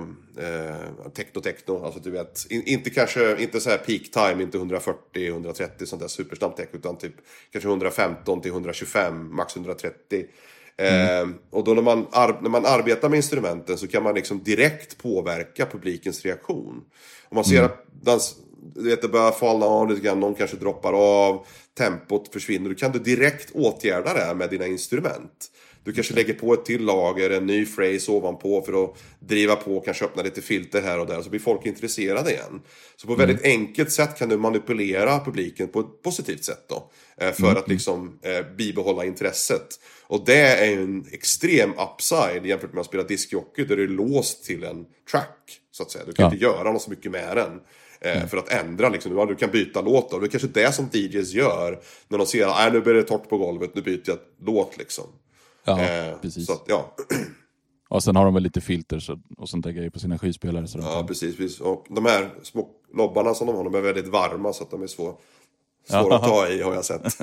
eh, techno-techno, alltså du vet, in, inte kanske, inte så här peak time, inte hundrafyrtio hundratrettio sånt där supersnabbt techno, utan typ kanske hundrafemton till hundratjugofem, max hundratrettio. Mm. Eh, och då när man, ar- när man arbetar med instrumenten så kan man liksom direkt påverka publikens reaktion. Om man ser mm. att dans, du vet, det börjar falla av lite grann, någon kanske droppar av, tempot försvinner, då kan du direkt åtgärda det här med dina instrument. Du kanske lägger på ett till lager, en ny phrase ovanpå för att driva på, kanske öppna lite filter här och där, så blir folk intresserade igen. Så på ett väldigt mm. enkelt sätt kan du manipulera publiken på ett positivt sätt då, för mm. att liksom eh, bibehålla intresset. Och det är ju en extrem upside jämfört med att spela discjockey där du är låst till en track, så att säga. Du kan ja. inte göra något så mycket med den. Mm. För att ändra liksom, du kan byta låt då. Det är kanske det som D Js gör när de ser att nu blir det torrt på golvet, nu byter jag låt liksom. Ja, eh, precis. Så att, ja. Och sen har de väl lite filter så, och sånt där grejer på sina skivspelare. Så ja, kan... precis, precis. Och de här små nobbarna som de har, de är väldigt varma så att de är svåra, svåra ja. att ta i, har jag sett.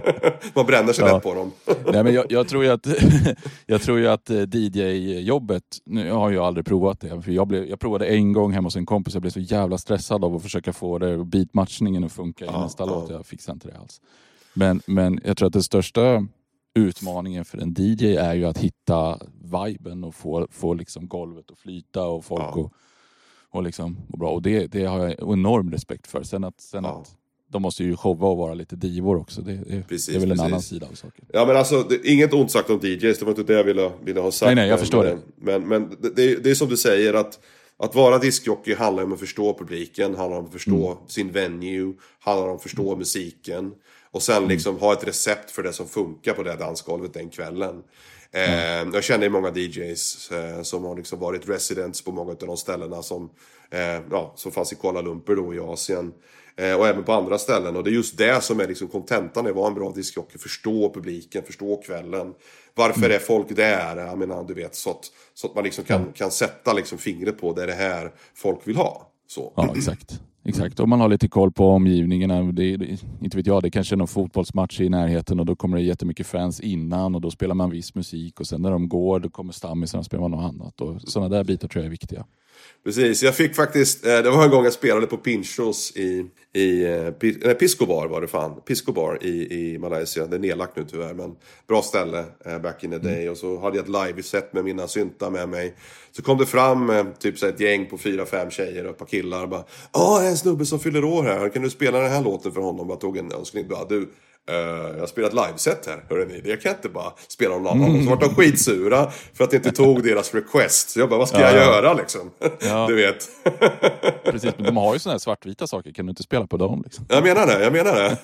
Man bränner sig ja. lätt på dem. Nej, men jag, jag tror ju att, jag tror ju att D J-jobbet, nu har jag aldrig provat det. För jag, blev, jag provade en gång hemma hos en kompis, jag blev så jävla stressad av att försöka få det beatmatchningen att funka ja, i nästa ja. låt. Jag fixade inte det alls. Men, men jag tror att det största utmaningen för en D J är ju att hitta viben och få, få liksom golvet att flyta och folk ja. och, och liksom och bra. Och det, det har jag enorm respekt för. Sen att, sen ja. att de måste ju showa och vara lite divor också. Det, det, precis, det är väl en precis. annan sida av saken. Ja, men alltså, det, inget ont sagt om D Js. Det var inte det jag ville, ville ha sagt. Nej, nej, jag men, förstår men, det. Men, men det, det är som du säger att Att vara diskjockey handlar om att förstå publiken, handlar om att förstå mm. sin venue, handlar om att förstå mm. musiken. Och sen liksom mm. ha ett recept för det som funkar på det dansgolvet den kvällen. Mm. Eh, jag känner många D Js eh, som har liksom varit residents på många av de ställena som, eh, ja, som fanns i Kuala Lumpur då i Asien. Eh, och även på andra ställen. Och det är just det som är liksom kontentan i att vara en bra diskjockey. Förstå publiken, förstå kvällen. Varför mm. är folk där? Jag menar, du vet, så att, så att man liksom kan, mm. kan sätta liksom fingret på det är det här folk vill ha. Så. Ja, exakt. Exakt, om man har lite koll på omgivningarna, det, det, inte vet jag, det kanske är någon fotbollsmatch i närheten och då kommer det jättemycket fans innan och då spelar man viss musik och sen när de går då kommer stammisarna och spelar man något annat och sådana där bitar tror jag är viktiga. Precis, jag fick faktiskt, det var en gång jag spelade på Pinchos i, i nej, Pisco Bar var det fan, Pisco Bar i, i Malaysia, det är nedlagt nu tyvärr men bra ställe back in the day mm. och så hade jag ett live-set med mina syntar med mig. Så kom det fram typ så ett gäng på fyra, fem tjejer och ett par killar och bara, ja, en snubbe som fyller år här, kan du spela den här låten för honom? Jag tog en önskning, bara du, uh, jag har spelat live-set här, hörde ni, det kan inte bara spela någon annan. Mm. Och så var de skitsura för att det inte tog deras request. Så jag bara, vad ska ja, jag ja. göra liksom? Ja. Du vet. Precis, men de har ju såna här svartvita saker, kan du inte spela på dem liksom? Jag menar det, jag menar det.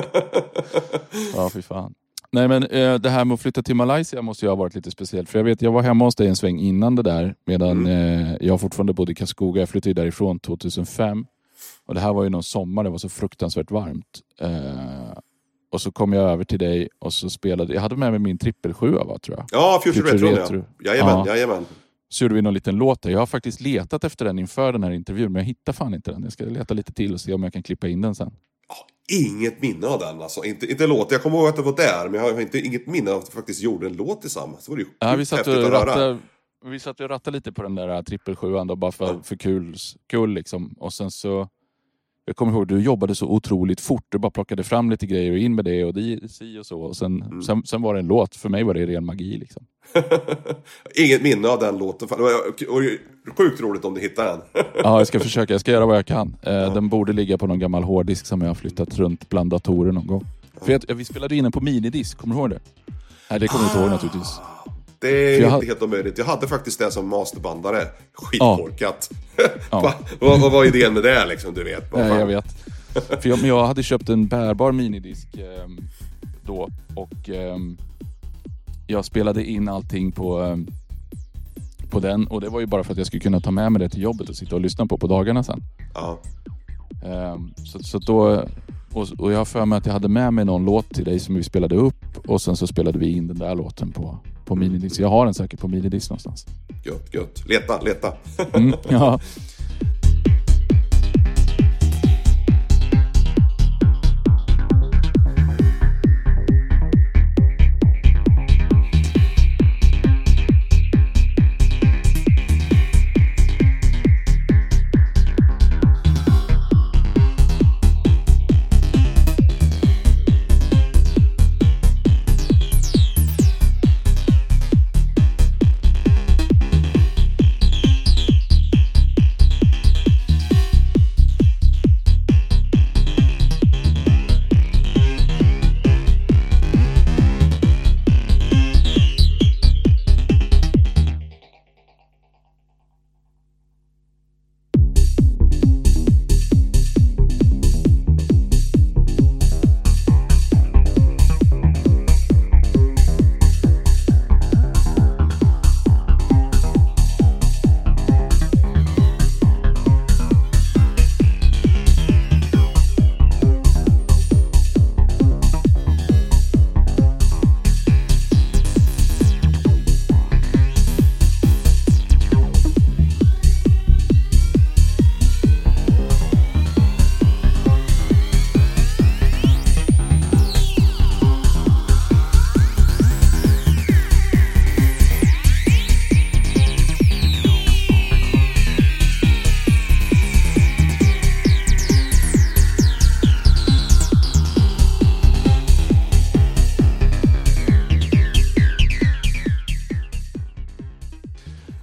Ja, fy fan. Nej, men eh, det här med att flytta till Malaysia måste ju ha varit lite speciellt. För jag vet, jag var hemma hos dig en sväng innan det där. Medan mm. eh, jag fortfarande bodde i Karlskoga. Jag flyttade därifrån tjugohundrafem. Och det här var ju någon sommar, det var så fruktansvärt varmt. Eh, och så kom jag över till dig och så spelade, jag hade med mig min trippelsjua va, tror jag. Ja, Future Retro, Retro. Ja. Jajamän, ja. jajamän. Så gjorde vi någon liten låt där. Jag har faktiskt letat efter den inför den här intervjun, men jag hittar fan inte den. Jag ska leta lite till och se om jag kan klippa in den sen. Inget minne av den alltså. Inte, inte låt. Jag kommer ihåg att det var där. Men jag har inte, inget minne av att vi faktiskt gjorde en låt tillsammans. Det var ju ja, vi satt och rattade, vi satt och rattade lite på den där trippelsjuan då, bara för, ja. för kul, kul liksom. Och sen så jag kommer ihåg du jobbade så otroligt fort. Du bara plockade fram lite grejer och in med det och det si och så. Och sen, mm. sen, sen var det en låt. För mig var det ren magi liksom. Inget minne av den låten. Det var sjukt roligt om du hittar den. Ja, jag ska försöka. Jag ska göra vad jag kan. Ja. Den borde ligga på någon gammal hårddisk som jag har flyttat runt bland datorer någon gång. Ja. För jag, vi spelade in den på minidisk. Kommer du ihåg det? Nej, det kommer jag ah. inte ihåg naturligtvis. Det är inte hade... helt omöjligt. Jag hade faktiskt det som masterbandare. Skitkorkat. Ja. Ja. vad, vad var idén med det liksom, du vet? Nej, jag vet. För jag, men jag hade köpt en bärbar minidisk eh, då. Och eh, jag spelade in allting på, eh, på den. Och det var ju bara för att jag skulle kunna ta med mig det till jobbet och sitta och lyssna på på dagarna sen. Ja. Eh, så, så då... Och, och jag har för mig att jag hade med mig någon låt till dig som vi spelade upp. Och sen så spelade vi in den där låten på, på minidisc. Jag har den säkert på minidisc någonstans. Gött, gött. Leta, leta. mm, ja.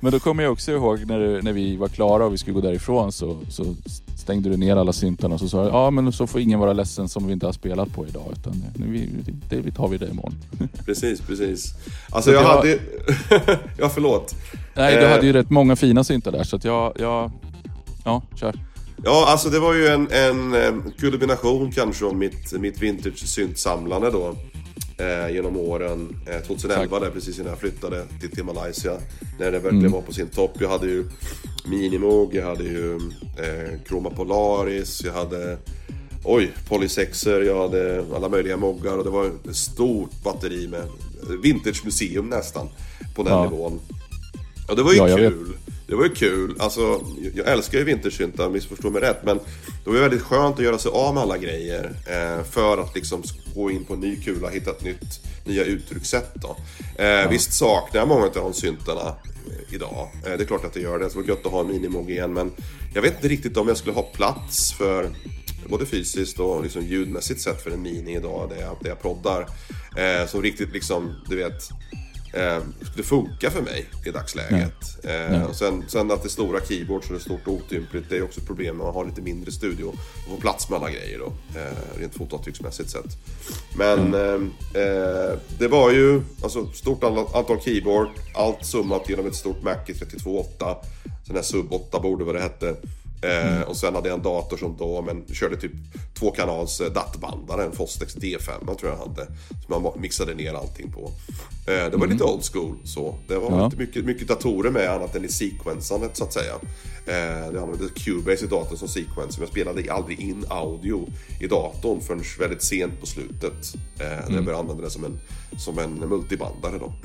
Men då kommer jag också ihåg när, när vi var klara och vi skulle gå därifrån så, så stängde du ner alla syntarna och så sa jag, ja men så får ingen vara ledsen som vi inte har spelat på idag utan nu vi, det, det tar vi det imorgon. Precis, precis. Alltså jag, jag hade ju... ja, förlåt. Nej, du hade ju rätt många fina syntar där så att jag... jag... Ja, kör. Ja, alltså det var ju en, en, en kulmination kanske om mitt, mitt vintage-syntsamlande då. Eh, genom åren eh, tjugoelva där, precis innan jag flyttade till, till Malaysia, när det verkligen mm. var på sin topp. Jag hade ju Minimoog, jag hade ju eh, Chroma Polaris, jag hade oj, Polysexer, jag hade alla möjliga moggar och det var ett stort batteri med vintage museum nästan på den ja. nivån. Och det var ju ja, kul. Det var ju kul. Alltså, jag älskar ju vintersyntar, missförstå mig rätt, men det var ju väldigt skönt att göra sig av med alla grejer eh, för att liksom gå in på en ny kula, hitta ett nytt, nya uttryckssätt då. Eh, ja. Visst saknar jag många av de syntarna idag. Eh, det är klart att det gör det. Det var gött att ha en minimog igen, men jag vet inte riktigt om jag skulle ha plats för både fysiskt och liksom ljudmässigt sett för en mini idag, där jag, där jag proddar. Eh, som riktigt liksom, du vet... Eh, det funkar för mig i dagsläget. Ja. Eh, ja. Och sen, sen att det är stora keyboards och det är stort och otympligt, det är också ett problem när man har lite mindre studio och får plats med alla grejer då, eh, rent fotavtrycksmässigt sett. Men mm. eh, det var ju alltså stort antal keyboard, allt summat genom ett stort Mac i trettiotvå åtta, sån här sub åtta borde vad det hette. Mm. Eh, och sen hade jag en dator som då men körde typ två kanals eh, datbandare, en Fostex D fem tror jag hade, som man mixade ner allting på. Eh, det var mm. lite old school så. Det var ja. inte mycket, mycket datorer med annat än i sequensandet så att säga. Eh, det använde Cubase i datorn som sequence, men jag spelade aldrig in audio i datorn förrän väldigt sent på slutet. Eh, mm. När jag började använda det som en, som en multibandare då.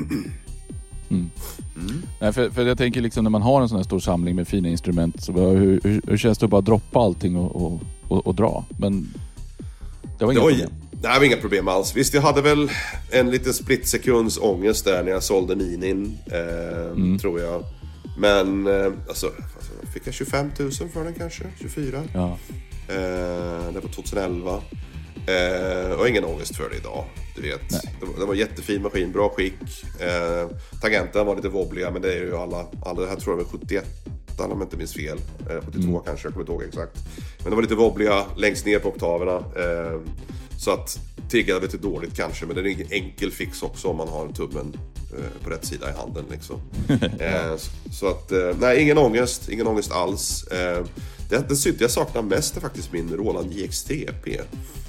Mm. Mm. Nej, för, för jag tänker liksom när man har en sån här stor samling med fina instrument så hur, hur, hur känns det att bara droppa allting och, och, och, och dra? Men det var inga det var, problem. Det var inga problem alls. Visst, jag hade väl en liten splitsekunds ångest där när jag sålde minin, eh, mm. tror jag. Men eh, alltså, fick jag tjugofem tusen för den kanske? tjugofyra? Ja. Eh, det var tjugoelva. Eh, och ingen ångest för det idag, du vet. Det var, det var jättefin maskin, bra skick. Eh, tangenten var lite wobbliga, men det är ju alla, alla det här tror jag var sjuttioett, om jag inte minns fel. Eh, sjuttiotvå mm. kanske, jag kommer inte ihåg exakt. Men det var lite wobbliga längst ner på oktaverna. Eh, så att triggade lite dåligt kanske, men det är ingen enkel fix också om man har tummen eh, på rätt sida i handen liksom. eh, så, så att, eh, nej, ingen ångest, ingen ångest alls. Eh, det, det synt jag saknar mest är faktiskt min Roland J X tre P.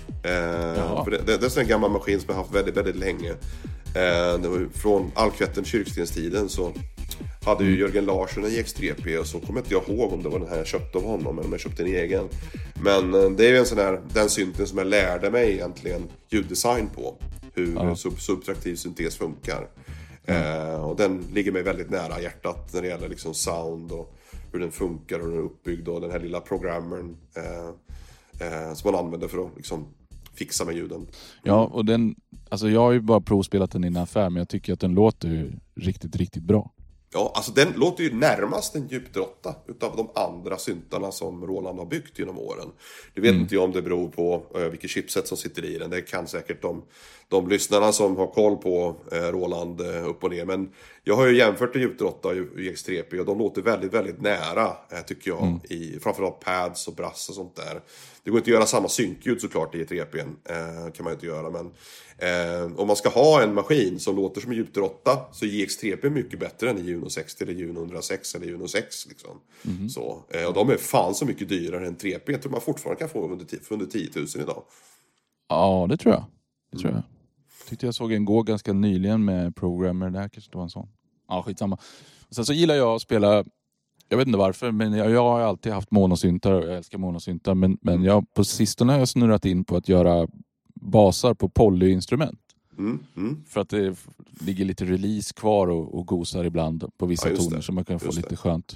Eh, för det, det, det är en gammal maskin som jag har haft väldigt, väldigt länge. Eh, det var från Alkvetten kyrkstenstiden så hade ju Jörgen Larsson en J X tre P och så kommer inte jag ihåg om det var den här jag köpte av honom eller om jag köpte en egen. Men eh, det är ju en sån här, den synten som jag lärde mig egentligen ljuddesign på. Hur ja. sub, subtraktiv syntes funkar. Mm. Eh, och den ligger mig väldigt nära hjärtat när det gäller liksom sound och hur den funkar och hur den är uppbyggd och den här lilla programmern eh, eh, som man använder för att liksom fixa med ljuden. Ja, och den, alltså jag har ju bara provspelat den i en affär, men jag tycker att den låter ju riktigt, riktigt bra. Ja, alltså den låter ju närmast en djupdrotta utav de andra syntarna som Roland har byggt genom åren. Det vet mm. inte jag om det beror på uh, vilket chipset som sitter i den. Det kan säkert de, de lyssnarna som har koll på uh, Roland uh, upp och ner. Men jag har ju jämfört en djupdrotta i X tre P och de låter väldigt, väldigt nära uh, tycker jag. Mm. I, framförallt pads och brass och sånt där. Det går inte att göra samma synkljud såklart i tre P. Uh, kan man inte göra, men uh, om man ska ha en maskin som låter som en djupdrotta så är X tre P mycket bättre än i Juno sextio eller Juno hundrasex eller Juno sex liksom. Mm. Så, uh, och de är fan så mycket dyrare än tre P. Jag tror man fortfarande kan få under, för under tio tusen idag. Ja, det tror jag. Det tror jag. Jag tyckte jag såg en gå ganska nyligen med Programmer. Det här kanske var en sån. Ja, skitsamma. Och sen så gillar jag att spela, jag vet inte varför, men jag, jag har alltid haft monosyntar och jag älskar monosyntar. Men, men jag, på sistone har jag snurrat in på att göra basar på polyinstrument. Mm, mm. För att det ligger lite release kvar och, och gosar ibland på vissa ja, toner så man kan få just lite det. Skönt.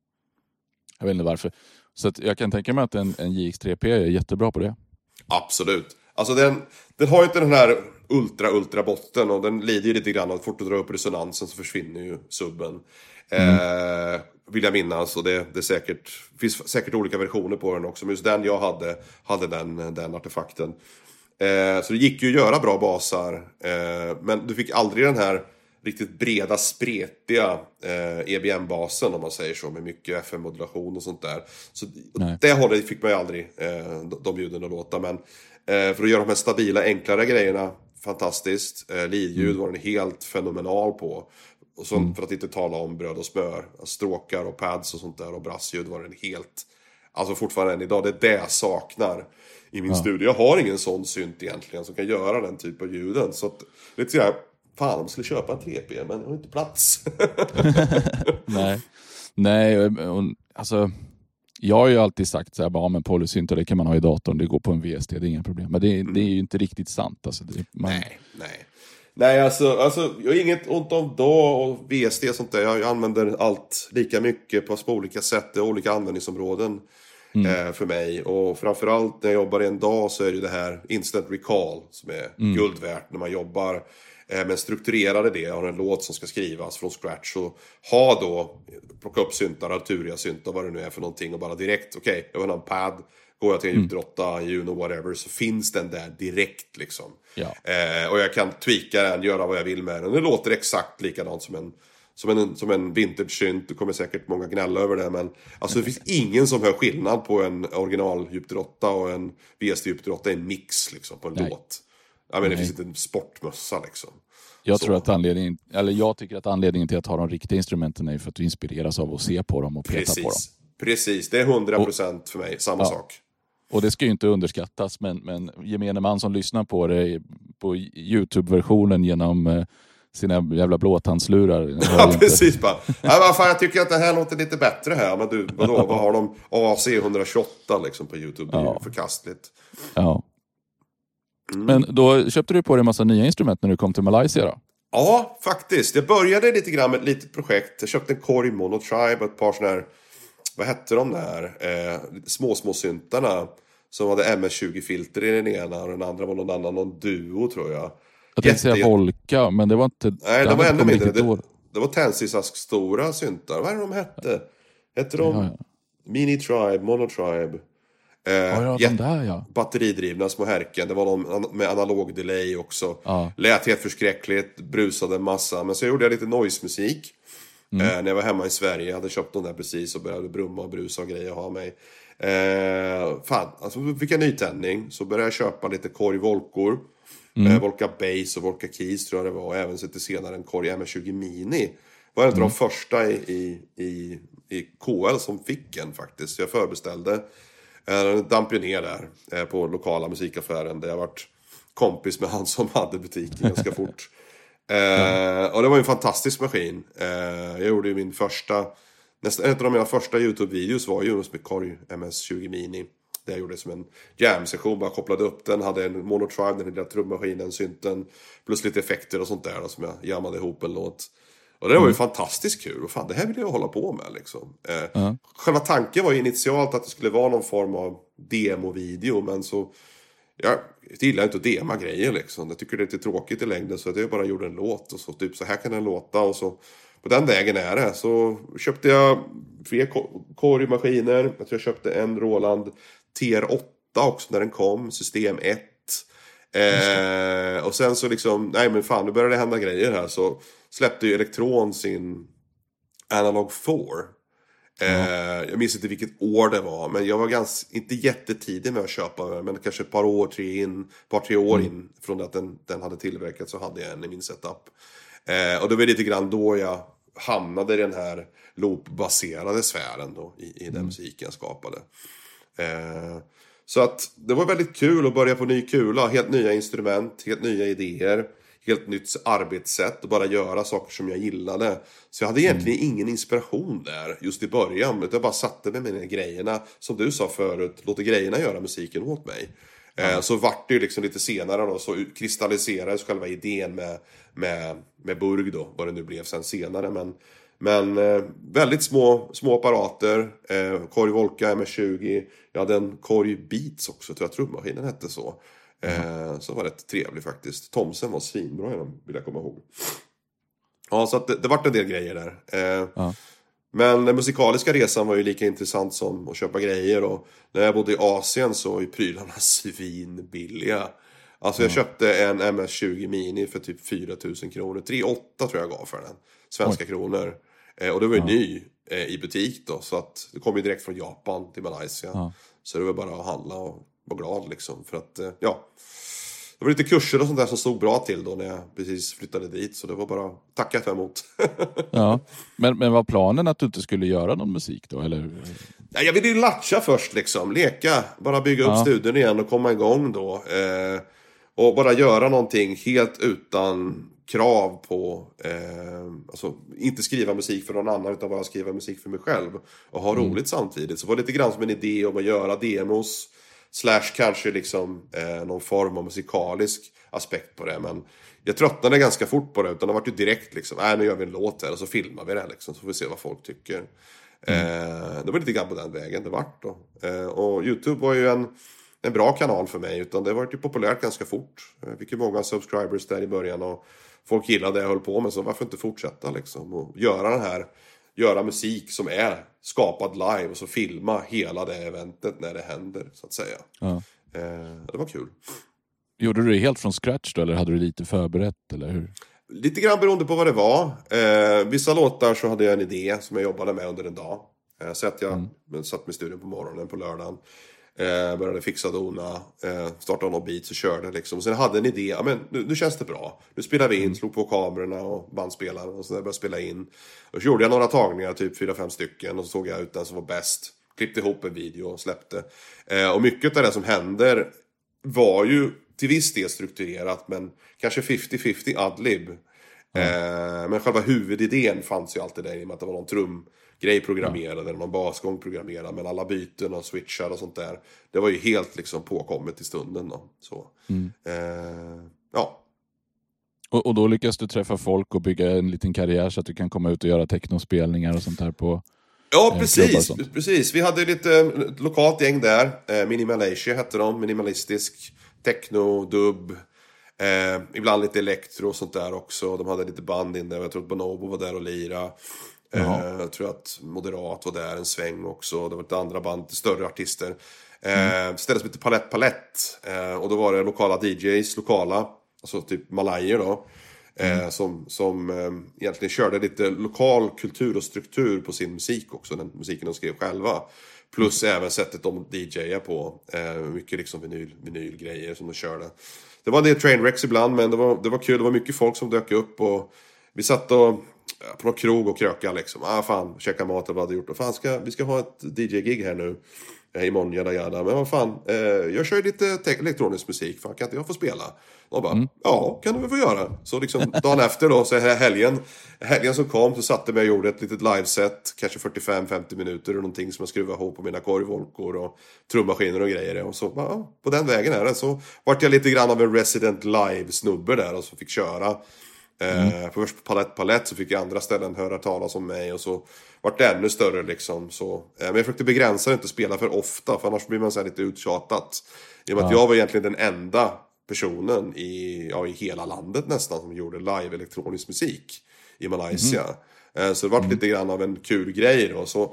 Jag vet inte varför. Så att jag kan tänka mig att en, en J X tre P är jättebra på det. Absolut. Alltså den, den har ju inte den här ultra ultra botten och den lider ju lite grann att fort att dra upp resonansen så försvinner ju subben. Mm. Eh, vill jag minnas och det, det är säkert, finns säkert olika versioner på den också. Men just den jag hade, hade den, den artefakten. Eh, så det gick ju att göra bra basar. Eh, men du fick aldrig den här riktigt breda, spretiga eh, E B M-basen om man säger så, med mycket F M-modulation och sånt där. Så Nej. det hållet fick man ju aldrig eh, de, de ljuden att låta, men eh, för att göra de här stabila, enklare grejerna, fantastiskt. Eh, Lidljud mm. var den helt fenomenal på. Och så, mm. för att inte tala om bröd och smör, stråkar och pads och sånt där, och brassljud var den helt, alltså fortfarande än idag, det är det jag saknar i min ja. studio. Jag har ingen sån synt egentligen som kan göra den typ av ljuden, så att, lite så här, fan, man skulle köpa en tre P, men jag har inte plats. Nej, nej, och, alltså jag har ju alltid sagt så här, bara, men polysyntar, det kan man ha i datorn, det går på en V S T, det är inga problem. Men det, mm. det är ju inte riktigt sant. Alltså, det, man... Nej, nej. Nej, alltså, alltså jag har inget ont om D A W och V S T och sånt där. Jag använder allt lika mycket på, på olika sätt, och olika användningsområden mm. eh, för mig. Och framförallt när jag jobbar i en dag så är det det här instant recall som är mm. guld värt när man jobbar. Men strukturerade det, jag har en låt som ska skrivas från scratch, och ha då, plocka upp syntar, Arturia syntar, vad det nu är för någonting, och bara direkt, okej, okay, jag vill ha en pad, går jag till en mm. ljudrotta, Juno, whatever, så finns den där direkt liksom. Ja. Eh, och jag kan tweaka den, göra vad jag vill med den, det låter exakt likadant som en, som en, som en vintage-synt. Det kommer säkert många gnälla över det, men alltså det finns ingen som hör skillnad på en original ljudrotta och en V S T-ljudrotta i en mix liksom, på en Nej. låt. Ja, men det finns inte en sportmössa liksom. Jag så. tror att anledningen, eller jag tycker att anledningen till att ha de riktiga instrumenten är för att du inspireras av att se på dem och peta Precis. på dem. Precis, det är hundra procent för mig, samma ja. sak. Och det ska ju inte underskattas, men, men gemene man som lyssnar på det på YouTube-versionen genom sina jävla blåtandslurar. Ja, precis. Bara. Ja, men fan, jag tycker att det här låter lite bättre här. Men du, vadå, vad har de? A C etthundratjugoåtta liksom på YouTube, det är ja. förkastligt. Ja. Mm. Men då köpte du på dig en massa nya instrument när du kom till Malaysia då? Ja, faktiskt. Jag började lite grann med ett litet projekt. Jag köpte en Korg Monotribe och ett par sådana här, vad hette de där? Eh, små, små syntarna som hade M S tjugo-filter i den ena, och den andra var någon annan, någon Duo tror jag. Jag tänkte säga jätte... Volca, men det var inte... Nej, det var ännu mindre. Det, det var Tensisask stora syntar. Vad är det de hette? Hette de? Ja, ja. Mini Tribe, Monotribe. Eh, ja, ja, de där, ja. Batteridrivna små härken. Det var de med analog delay också. Ja. Lät helt förskräckligt, brusade en massa. Men så gjorde jag lite noise-musik. Mm. Eh, när jag var hemma i Sverige. Jag hade köpt dem där precis och började brumma och brusa och grejer ha mig. Eh, fan, alltså fick jag nytändning. Så började jag köpa lite Korg Volkor. Mm. Eh, Volca Bass och Volca Keys tror jag det var. Och även lite senare en Korg M S tjugo Mini. Var en av mm. de första i, i, i, i K L som fick en faktiskt. Jag förbeställde. Jag damp ju ner där eh, på lokala musikaffären där jag varit kompis med han som hade butiken ganska fort. Eh, ja. Och det var en fantastisk maskin. Eh, jag gjorde ju min första, nästan en av mina första YouTube-videos var ju med Korg M S tjugo Mini. Där jag gjorde som en jam-session, bara kopplade upp den, hade en monotribe, den lilla trummaskinen, synten, plus lite effekter och sånt där då, som jag jammade ihop en låt. Och det var ju mm. fantastiskt kul. Och fan, det här vill jag hålla på med liksom. Eh, uh-huh. Själva tanken var ju initialt att det skulle vara någon form av demo-video. Men så, jag gillar inte att dema grejer liksom. Jag tycker det är lite tråkigt i längden. Så att jag bara gjorde en låt. Och så typ så här kan den låta. Och så på den vägen är det. Så köpte jag tre Korg-maskiner. Jag tror jag köpte en Roland T R åtta också när den kom. System ett. Eh, och sen så liksom, nej men fan, nu börjar det hända grejer här. Så släppte ju Elektron sin Analog fyra. Eh, jag minns inte vilket år det var, men jag var ganska, inte jättetidig med att köpa den, men kanske ett par år, tre in, par tre år mm. in från att den, den hade tillverkats, så hade jag en i min setup. Eh, och det var lite grann då jag hamnade i den här loop-baserade sfären då, i, i den mm. musiken jag skapade. Eh, så att det var väldigt kul att börja på ny kula, helt nya instrument, helt nya idéer. Helt nytt arbetssätt och bara göra saker som jag gillade. Så jag hade egentligen mm. ingen inspiration där just i början. Jag bara satte med mina grejerna. Som du sa förut, låter grejerna göra musiken åt mig. Mm. Eh, så vart det ju liksom lite senare då, så kristalliserades själva idén med, med, med Burg då. Vad det nu blev sen senare. Men, men eh, väldigt små, små apparater. Eh, Korg Volca M S tjugo. Jag hade en Korg Beats också, tror jag trummaskinen hette så. Mm. Eh, så var rätt trevlig faktiskt. Thomsen var svinbra i dem, vill jag komma ihåg. Ja, så att det, det var en del grejer där. Eh, ja. Men den musikaliska resan var ju lika intressant som att köpa grejer. Och när jag bodde i Asien så var ju prylarna svinbilliga. Alltså jag köpte en M S tjugo Mini för typ fyra tusen kronor. tre åtta tror jag gav för den. Svenska Oj. kronor. Eh, och det var ju ja. ny eh, i butik då. Så att det kom ju direkt från Japan till Malaysia. Ja. Så det var bara att handla och vara glad liksom. För att, eh, ja. Det var lite kurser och sånt där som stod bra till då när jag precis flyttade dit. Så det var bara tacka för emot. Ja, men, men var planen att du inte skulle göra någon musik då? Eller? Ja, jag ville ju latcha först liksom. Leka, bara bygga upp ja. studion igen och komma igång då. Eh, och bara göra någonting helt utan krav på... Eh, alltså inte skriva musik för någon annan utan bara skriva musik för mig själv. Och ha mm. roligt samtidigt. Så det var lite grann som en idé om att göra demos... Slash kanske liksom eh, någon form av musikalisk aspekt på det. Men jag tröttnade ganska fort på det. Utan det var ju direkt liksom, äh, nu gör vi en låt här och så filmar vi det liksom. Så får vi se vad folk tycker. Mm. Eh, det var lite grann på den vägen det vart då. Eh, och YouTube var ju en, en bra kanal för mig. Utan det var ju populärt ganska fort. Jag fick ju många subscribers där i början. Och folk gillade det jag höll på med. Så varför inte fortsätta liksom. Och göra den här... Göra musik som är skapad live och så filma hela det eventet när det händer, så att säga. Ja. Eh, det var kul. Gjorde du det helt från scratch då, eller hade du lite förberett, eller hur? Lite grann beroende på vad det var. Eh, vissa låtar så hade jag en idé som jag jobbade med under en dag. Eh, så att jag mm. satt med studion på morgonen på lördagen. Eh, började fixa dona, eh, startade någon beat och körde liksom. Sen hade en idé, ja men nu, nu känns det bra. Nu spelar vi in, mm. slog på kamerorna och bandspelaren och så där började spela in. Och så gjorde jag några tagningar, typ fyra, fem stycken och så såg jag ut den som var bäst. Klippte ihop en video och släppte. Eh, och mycket av det som händer var ju till viss del strukturerat men kanske femtio femtio adlib. Mm. Eh, men själva huvudidén fanns ju alltid där i och med att det var någon trum grej programmerad eller någon basgång programmerad, men alla byten och switchar och sånt där, det var ju helt liksom påkommet i stunden då. Så. Mm. Eh, ja. Och, och då lyckas du träffa folk och bygga en liten karriär så att du kan komma ut och göra technospelningar och sånt här på... Ja, eh, precis. precis. Vi hade lite ett lokalt gäng där. Eh, Minimalatia hette de. Minimalistisk techno, dub. Eh, ibland lite elektro och sånt där också. De hade lite band in där. Jag tror att Bonobo var där och lira. Eh, jag tror att Moderat var där en sväng också. Det var ett andra band, större artister. Eh, mm. Ställdes lite palett palett. Eh, och då var det lokala D Js, lokala, alltså typ malajer då. Mm. Eh, som som eh, egentligen körde lite lokal kultur och struktur på sin musik också. Den musiken de skrev själva. Plus mm. även sättet de D J:ar på. Eh, mycket liksom vinyl, vinylgrejer som de körde. Det var det Trainwrecks ibland, men det var, det var kul. Det var mycket folk som dök upp och vi satt och på någon krog och kröka liksom. Ah fan, käka mat och vad hade gjort. Och fan, ska, vi ska ha ett D J-gig här nu. Eh, imorgon, jada jada. Men vad fan, eh, jag kör ju lite te- elektronisk musik. Fan, kan inte jag få spela? Och bara, mm. ja, kan du väl få göra. Så liksom, dagen efter då, så här helgen. Helgen som kom, så satte mig och gjorde ett litet liveset. Kanske fyrtiofem femtio minuter och någonting som jag skruvade ihop på mina korgvolkor och trummaskiner och grejer. Och så, ja, på den vägen är det. Så vart jag lite grann av en resident live-snubbe där och så fick köra. Mm. Eh, först på palett palett så fick jag andra ställen höra talas om mig och så vart det ännu större liksom så. Eh, men jag försökte begränsa det, inte spela för ofta för annars blir man så här lite uttjatat. I och med ja. att jag var egentligen den enda personen i, ja, i hela landet nästan som gjorde live elektronisk musik i Malaysia. Mm. Eh, så det vart mm. lite grann av en kul grej då. Så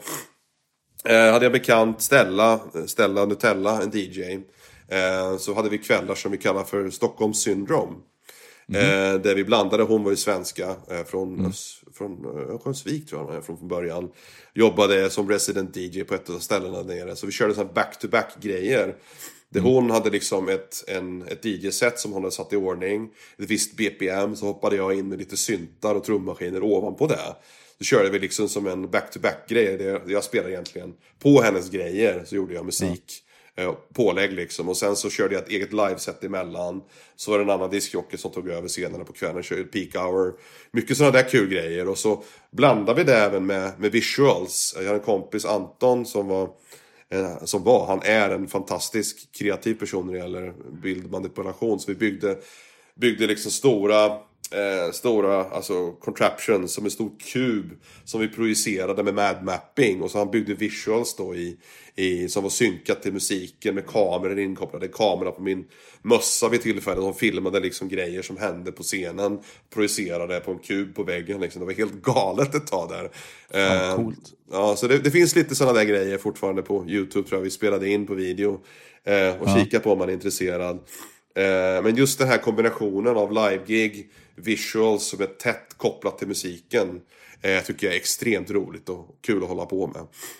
eh, hade jag bekant Stella, Stella Nutella, en D J. Eh, så hade vi kvällar som vi kallar för Stockholm Syndrome. Mm. Eh, där vi blandade, hon var ju svenska eh, från, mm. från eh, Örnsköldsvik tror jag från, från början. Jobbade som resident D J på ett av ställena där nere. Så vi körde sådana back-to-back grejer. Där mm. hon hade liksom ett, en, ett D J-set som hon hade satt i ordning. Ett visst B P M, så hoppade jag in med lite syntar och trummaskiner ovanpå det. Så körde vi liksom som en back-to-back-grej. Där jag spelade egentligen på hennes grejer, så gjorde jag musik. Mm. Pålägg liksom. Och sen så körde jag ett eget liveset emellan. Så var det en annan diskjockey som tog över scenerna på kvällen. Körde peak hour. Mycket sådana där kul grejer. Och så blandade vi det även med, med visuals. Jag har en kompis, Anton, som var eh, som var, han är en fantastisk kreativ person när det gäller bildmanipulation. Så vi byggde byggde liksom stora eh, stora alltså contraptions som en stor kub som vi projicerade med mad mapping. Och så han byggde visuals då i I, som var synkat till musiken med kameror inkopplade, kamera på min mössa vid tillfället, som filmade liksom grejer som hände på scenen, projicerade på en kub på väggen liksom. Det var helt galet ett tag där. Ja, uh, coolt. Ja, så det, det finns lite sådana där grejer fortfarande på YouTube tror jag. Vi spelade in på video uh, och ja. kika på om man är intresserad. Eh, men just den här kombinationen av live-gig, visuals som är tätt kopplat till musiken eh, tycker jag är extremt roligt och kul att hålla på med.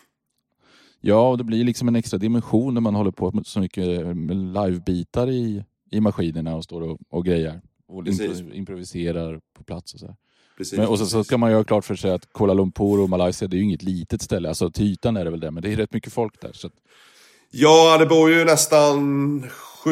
Ja, och det blir liksom en extra dimension när man håller på med så mycket live-bitar i, i maskinerna och står och, och grejer. Och impro- improviserar på plats och så här. Precis, men, och så, precis. så ska man göra klart för sig att Kuala Lumpur och Malaysia, det är ju inget litet ställe. Alltså till ytan är det väl det, men det är rätt mycket folk där. Så att... Ja, det bor ju nästan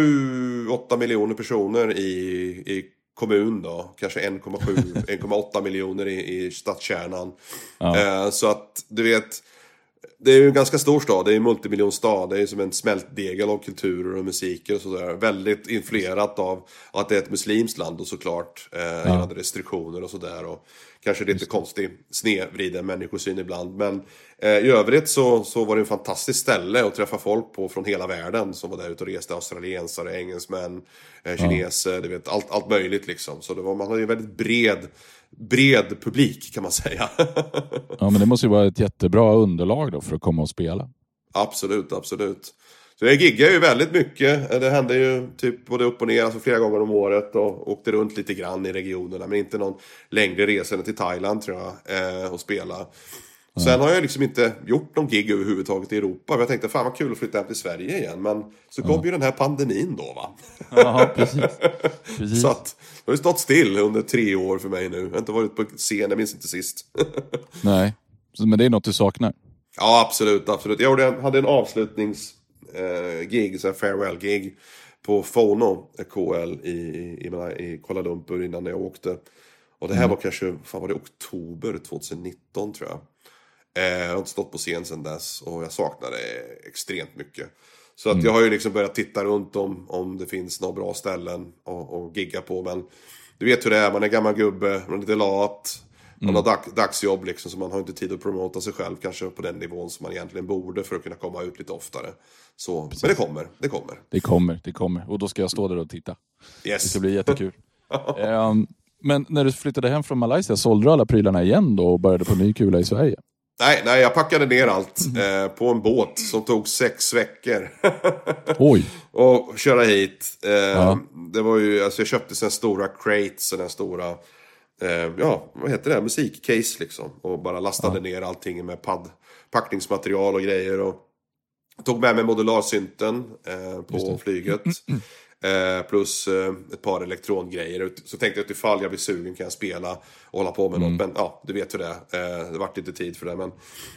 sju åtta miljoner personer i, i kommun då. Kanske en komma sju en komma åtta miljoner i, i stadskärnan. Ja. Eh, så att, du vet, det är ju en ganska stor stad. Det är en multimiljonstad. Det är som en smältdegel av kulturer och musiker och sådär. Väldigt influerat av att det är ett muslimskt land och såklart. Eh, ja. Restriktioner och sådär. Och kanske lite konstig snedvriden människosyn ibland. Men eh, i övrigt så, så var det en fantastisk ställe att träffa folk på från hela världen. Som var där ute och reste. Australiensare, engelsmän, eh, kineser. Ja. Du vet, allt, allt möjligt liksom. Så det var, man hade ju en väldigt bred... bred publik kan man säga. Ja, men det måste ju vara ett jättebra underlag då för att komma och spela. Absolut, absolut. Så jag giggar ju väldigt mycket. Det hände ju typ både upp och ner, alltså flera gånger om året och åkte runt lite grann i regionerna, men inte någon längre resa än till Thailand tror jag eh, och spela. Sen mm. har jag liksom inte gjort någon gig överhuvudtaget i Europa. Jag tänkte, fan vad kul att flytta hem till Sverige igen. Men så kom mm. ju den här pandemin då va? Ja, precis. precis. Så att det har ju stått still under tre år för mig nu. Jag har inte varit på scen, jag minns inte sist. Nej, men det är något du saknar. Ja, absolut, absolut. Jag hade en avslutningsgig, så här farewell-gig på Fono K L i, i, i Kuala Lumpur innan jag åkte. Och det här mm. var kanske, fan var det oktober tjugonitton tror jag. Jag har inte stått på scen sedan dess och jag saknar det extremt mycket. Så att mm. jag har ju liksom börjat titta runt om, om det finns några bra ställen och, och gigga på. Men du vet hur det är, man är gammal gubbe, man är lite lat, man mm. har dag, dagsjobb liksom, så man har inte tid att promota sig själv kanske på den nivån som man egentligen borde för att kunna komma ut lite oftare. Så, men det kommer, det kommer. Det kommer, det kommer. Och då ska jag stå där och titta. Yes. Det ska bli jättekul. um, men när du flyttade hem från Malaysia, sålde du alla prylarna igen då och började på ny kula i Sverige? Nej, nej, jag packade ner allt eh, på en båt som tog sex veckor. Oj. Och köra hit. Eh, ja. Det var ju, alltså jag köpte sen stora crates, den stora, eh, ja, vad heter det? Musikcase liksom. Och bara lastade ja. ner allting med padd, packningsmaterial och grejer. Och tog med mig modularsynten eh, på flyget. Eh, plus eh, ett par elektrongrejer. Så tänkte jag att ifall jag blir sugen kan jag spela och hålla på med mm. något. Men ja, du vet hur det är. Eh, det vart inte tid för det. Men,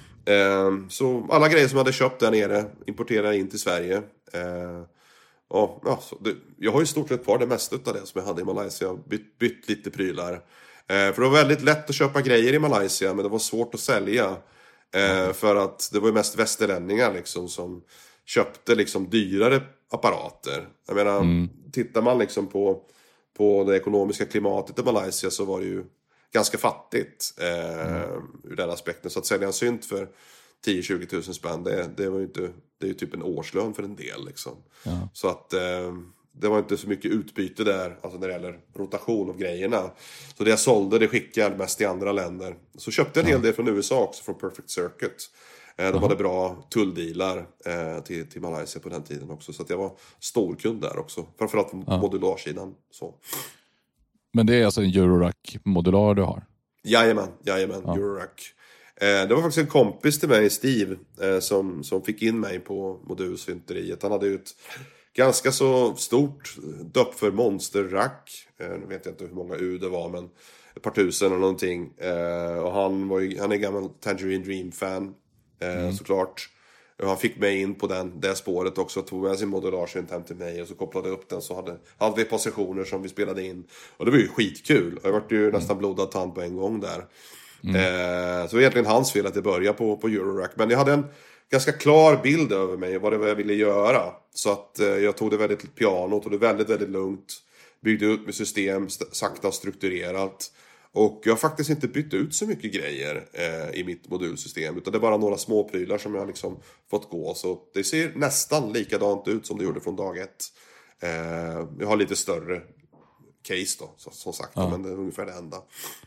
eh, så alla grejer som jag hade köpt där nere importerade in till Sverige. Eh, och, ja, så det, jag har ju stort sett kvar det mesta av det som jag hade i Malaysia. Jag har bytt, bytt lite prylar. Eh, för det var väldigt lätt att köpa grejer i Malaysia. Men det var svårt att sälja. Eh, för att det var ju mest västerlänningar liksom som köpte liksom dyrare apparater. Jag menar, mm. tittar man liksom på, på det ekonomiska klimatet i Malaysia så var det ju ganska fattigt eh, mm. ur den aspekten. Så att sälja en synt för tio till tjugo tusen spänn, det, det var ju inte, det är ju typ en årslön för en del liksom. Ja. Så att eh, det var inte så mycket utbyte där, alltså när det gäller rotation av grejerna. Så det jag sålde, det skickade jag mest i andra länder. Så köpte jag en hel del från U S A också, från Perfect Circuit. De Aha. hade bra tulldealar eh, till, till Malaysia på den tiden också. Så att jag var storkund där också. Framförallt på ja. modularsidan. Så. Men det är alltså en Eurorack-modular du har? Jajamän, jajamän ja. Eurorack. Eh, det var faktiskt en kompis till mig, Steve, eh, som, som fick in mig på modulsynteriet. Han hade ju ett ganska så stort döpp för monsterrack. Eh, nu vet jag inte hur många U det var, men ett par tusen eller någonting. Eh, och han, var ju, han är gammal Tangerine Dream-fan. Mm. Såklart. Och han fick mig in på den, det spåret också. Tog med sin modularsynt hem till mig och så kopplade upp den. Så hade, hade vi ett par sessioner som vi spelade in. Och det var ju skitkul. Jag var ju mm. nästan blodad tand på en gång där. Mm. Eh, så det var egentligen hans fel att jag började på, på Eurorack. Men jag hade en ganska klar bild över mig. Vad det var jag ville göra. Så att eh, jag tog det väldigt piano. Tog det väldigt, väldigt lugnt. Byggde ut med system. Sakta och strukturerat. Och jag har faktiskt inte bytt ut så mycket grejer eh, i mitt modulsystem. Utan det är bara några små prylar som jag har liksom fått gå. Så det ser nästan likadant ut som det gjorde från dag ett. Eh, jag har lite större case då, så, som sagt. Ja. Men det är ungefär det enda.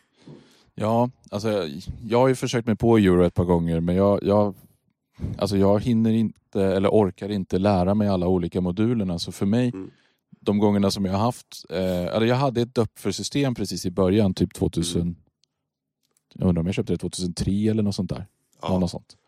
Ja, alltså jag, jag har ju försökt mig på Euro ett par gånger. Men jag, jag, alltså jag hinner inte eller orkar inte lära mig alla olika modulerna. Så för mig... Mm. de gångerna som jag har haft, eh, eller jag hade ett Doepfer-system precis i början, typ tvåtusen. Mm. Jag undrar om jag köpte det tjugohundratre eller något sånt där. Ja. Något sånt.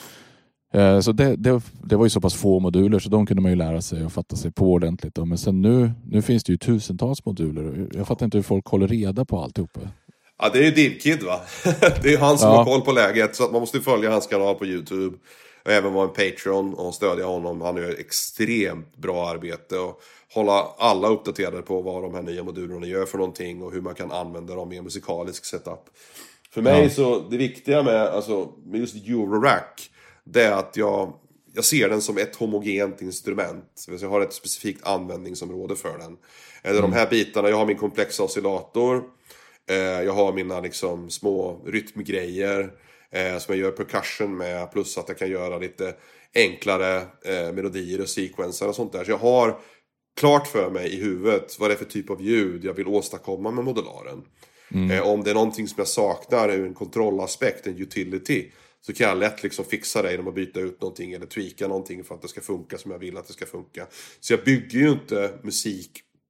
Eh, så det, det, det var ju så pass få moduler så de kunde man ju lära sig och fatta sig på ordentligt. Då. Men sen nu, nu finns det ju tusentals moduler. Jag fattar inte hur folk håller reda på alltihopa. Ja, det är ju DivKid va? Det är han som ja. har koll på läget. Så att man måste följa hans kanal på YouTube. Och även vara en Patreon och stödja honom. Han gör extremt bra arbete. Och hålla alla uppdaterade på vad de här nya modulerna gör för någonting. Och hur man kan använda dem i en musikalisk setup. För mig ja. så, det viktiga med, alltså, med just Eurorack. Det är att jag, jag ser den som ett homogent instrument. Jag har ett specifikt användningsområde för den. Eller mm. de här bitarna, jag har min komplexa oscillator. Eh, jag har mina liksom små rytmgrejer. Eh, som jag gör percussion med. Plus att jag kan göra lite enklare eh, melodier och sequencer och sånt där. Så jag har klart för mig i huvudet vad det är för typ av ljud jag vill åstadkomma med modularen. Mm. Eh, om det är någonting som jag saknar ur en kontrollaspekt, en utility, så kan jag lätt liksom fixa det genom att byta ut någonting eller tweaka någonting för att det ska funka som jag vill att det ska funka. Så jag bygger ju inte musik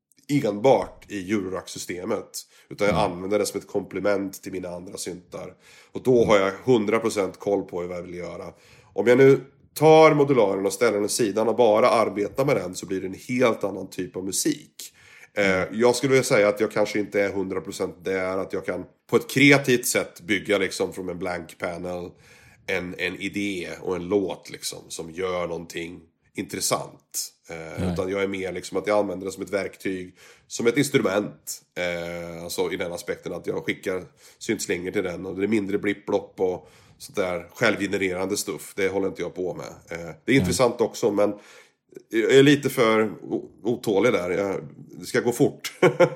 enbart i Eurorack-systemet, utan jag mm. använder det som ett komplement till mina andra syntar. Och då har jag hundra procent koll på vad jag vill göra. Om jag nu tar modularen och ställer den åt sidan och bara arbetar med den, så blir det en helt annan typ av musik. Eh, jag skulle vilja säga att jag kanske inte är hundra procent där, att jag kan på ett kreativt sätt bygga liksom från en blank panel en, en idé och en låt liksom, som gör någonting intressant. Eh, utan jag är mer liksom att jag använder det som ett verktyg, som ett instrument. Eh, alltså i den aspekten att jag skickar syntslingor till den och det är mindre blipplopp och sånt där självgenererande stuff. Det håller inte jag på med. Eh, det är intressant mm. också, men jag är lite för otålig där. Jag, det ska gå fort.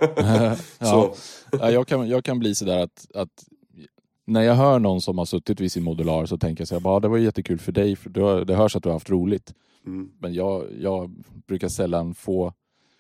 ja. ja, jag, kan, jag kan bli sådär att, att när jag hör någon som har suttit vid sin modular så tänker jag så här, bara, det var jättekul för dig, för du, det hörs att du har haft roligt. Mm. Men jag, jag brukar sällan få,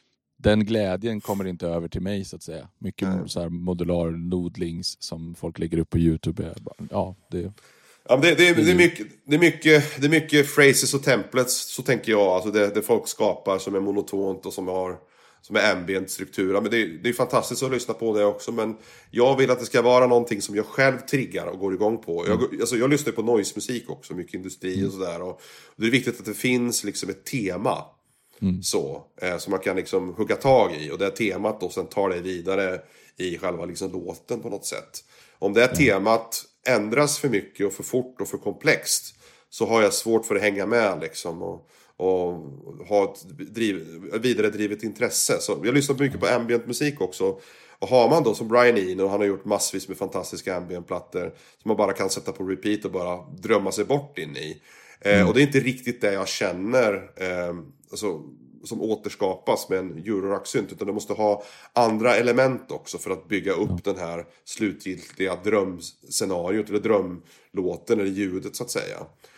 den glädjen kommer inte över till mig så att säga. Mycket mm. så här modular nodlings som folk lägger upp på YouTube. Ja, det Ja, det, det, det, är mycket, det, är mycket, det är mycket phrases och templates, så tänker jag. Alltså det, det folk skapar som är monotont och som har som är ambient struktur. Ja, men det, det är fantastiskt att lyssna på det också. Men jag vill att det ska vara någonting som jag själv triggar och går igång på. Jag, mm. alltså jag lyssnar på noise-musik också, mycket industri mm. och sådär. Och det är viktigt att det finns liksom ett tema. Mm. Så, eh, som man kan liksom hugga tag i. Och det temat då sen tar det vidare i själva liksom låten på något sätt. Om det här mm. temat ändras för mycket och för fort och för komplext, så har jag svårt för att hänga med liksom, och, och ha ett driv, vidare drivet intresse. Så jag lyssnar mycket på ambient musik också. Och har man då som Brian Eno, och han har gjort massvis med fantastiska ambient-plattor som man bara kan sätta på repeat och bara drömma sig bort in i. Mm. Eh, och det är inte riktigt det jag känner eh, alltså, som återskapas med en Eurorack-synt, utan det måste ha andra element också för att bygga upp mm. den här slutgiltiga drömscenariot eller drömlåten eller ljudet så att säga.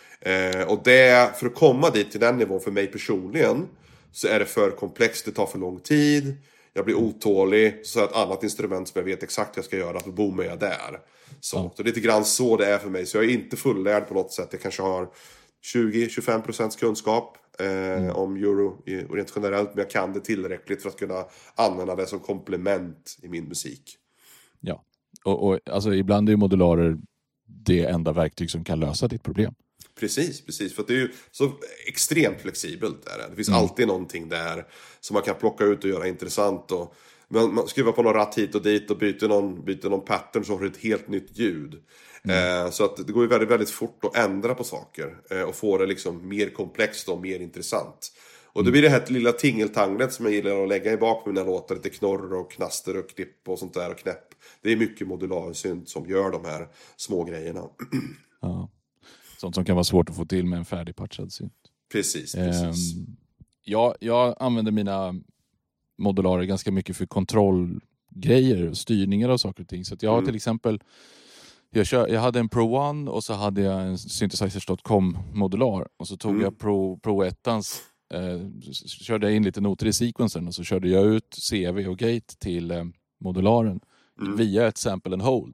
Eh, och det, för att komma dit till den nivån för mig personligen, så är det för komplext, det tar för lång tid, jag blir otålig, så ett annat instrument som jag vet exakt vad jag ska göra, för boom är jag där. Så, mm. så det är lite grann så det är för mig, så jag är inte fullärd på något sätt. Jag kanske har tjugo till tjugofem procent kunskap eh, mm. om euro rent generellt, men jag kan det tillräckligt för att kunna använda det som komplement i min musik. Ja, och, och alltså, ibland är ju modularer det enda verktyg som kan lösa ditt problem. Precis, precis. För att det är ju så extremt flexibelt där. Det finns mm. alltid någonting där som man kan plocka ut och göra intressant. Och man skruvar på någon ratt hit och dit och byter någon, byter någon pattern, så har du ett helt nytt ljud. Mm. Eh, så att det går ju väldigt, väldigt fort att ändra på saker. Eh, och få det liksom mer komplext och mer intressant. Och det blir det här lilla tingeltanglet som jag gillar att lägga i bak med mina låtar. Lite knorr och knaster och klipp och sånt där och knäpp. Det är mycket modularsynt som gör de här små grejerna. Ja. Sånt som kan vara svårt att få till med en färdigpatchad synt. Precis, precis. Um, ja, jag använder mina modularer ganska mycket för kontrollgrejer och styrningar och saker och ting. Så att jag har mm. till exempel, jag, kör, jag hade en Pro One och så hade jag en synthesizers dot com modular. Och så tog mm. jag Pro, Pro ettans, eh, körde jag in lite noter i sequencern och så körde jag ut C V och gate till eh, modularen mm. via ett sample and hold.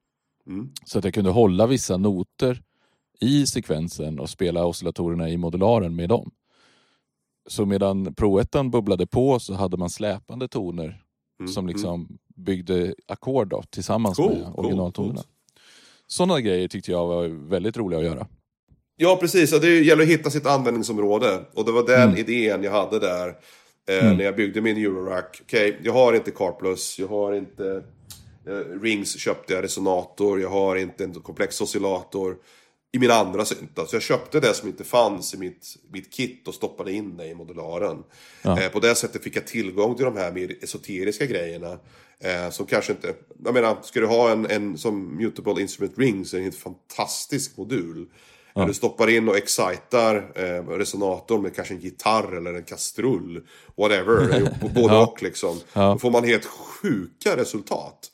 Mm. Så att jag kunde hålla vissa noter i sekvensen och spela oscillatorerna i modularen med dem. så medan Pro-ettan bubblade på så hade man släpande toner Mm, som liksom mm. byggde ackord då, tillsammans Cool, med originaltonerna. cool, Sådana grejer tyckte jag var väldigt roliga att göra. Ja, precis. Och det gäller att hitta sitt användningsområde. Och det var den Mm. idén jag hade där eh, Mm. när jag byggde min Eurorack. Okej, okay, jag har inte Carplus, jag har inte eh, Rings köpte jag resonator, jag har inte en komplex oscillator i mina andra syntar. Så jag köpte det som inte fanns i mitt, mitt kit och stoppade in det i modularen. Ja. Eh, på det sättet fick jag tillgång till de här mer esoteriska grejerna. Eh, som kanske inte... Jag menar, ska du ha en, en som Mutable Instrument Ring så är det en helt fantastisk modul. Ja. Du stoppar in och excitar eh, resonatorn med kanske en gitarr eller en kastrull. Whatever, både Ja. och liksom. Ja. Då får man helt sjuka resultat.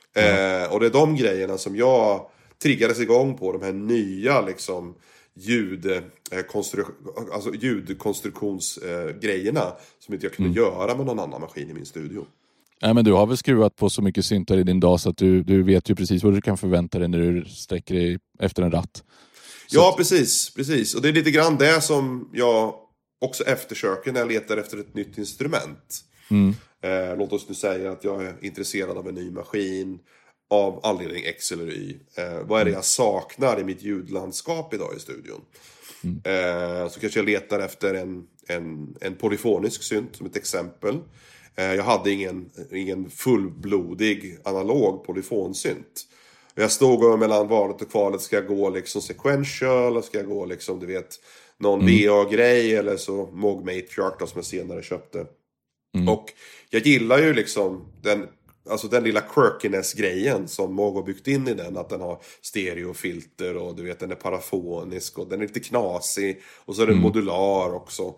Eh, och det är de grejerna som jag triggades igång på. De här nya liksom ljud, eh, konstru- alltså ljudkonstruktionsgrejerna. Eh, som inte jag kunde Mm. göra med någon annan maskin i min studio. Nej, men du har väl skruvat på så mycket syntar i din dag så att du, du vet ju precis vad du kan förvänta dig när du sträcker dig efter en ratt. Så Ja, att, precis, precis. Och det är lite grann det som jag också eftersöker när jag letar efter ett nytt instrument. mm, Eh, låt oss nu säga att jag är intresserad av en ny maskin av anledning X eller Y. Eh, vad är det jag saknar i mitt ljudlandskap idag i studion? Mm. Eh, så kanske jag letar efter en, en, en polyfonisk synt som ett exempel. Eh, jag hade ingen, ingen fullblodig analog polyfonsynt. Jag stod mellan valet och kvalet. Ska jag gå liksom sequential eller ska jag gå liksom, du vet, någon Mm. V A-grej eller så Moog Matriarch då, som jag senare köpte. Mm. Och jag gillar ju liksom den, alltså den lilla quirkiness-grejen som Moog har byggt in i den. Att den har stereofilter och du vet, den är parafonisk och den är lite knasig. Och så är den Mm. modular också.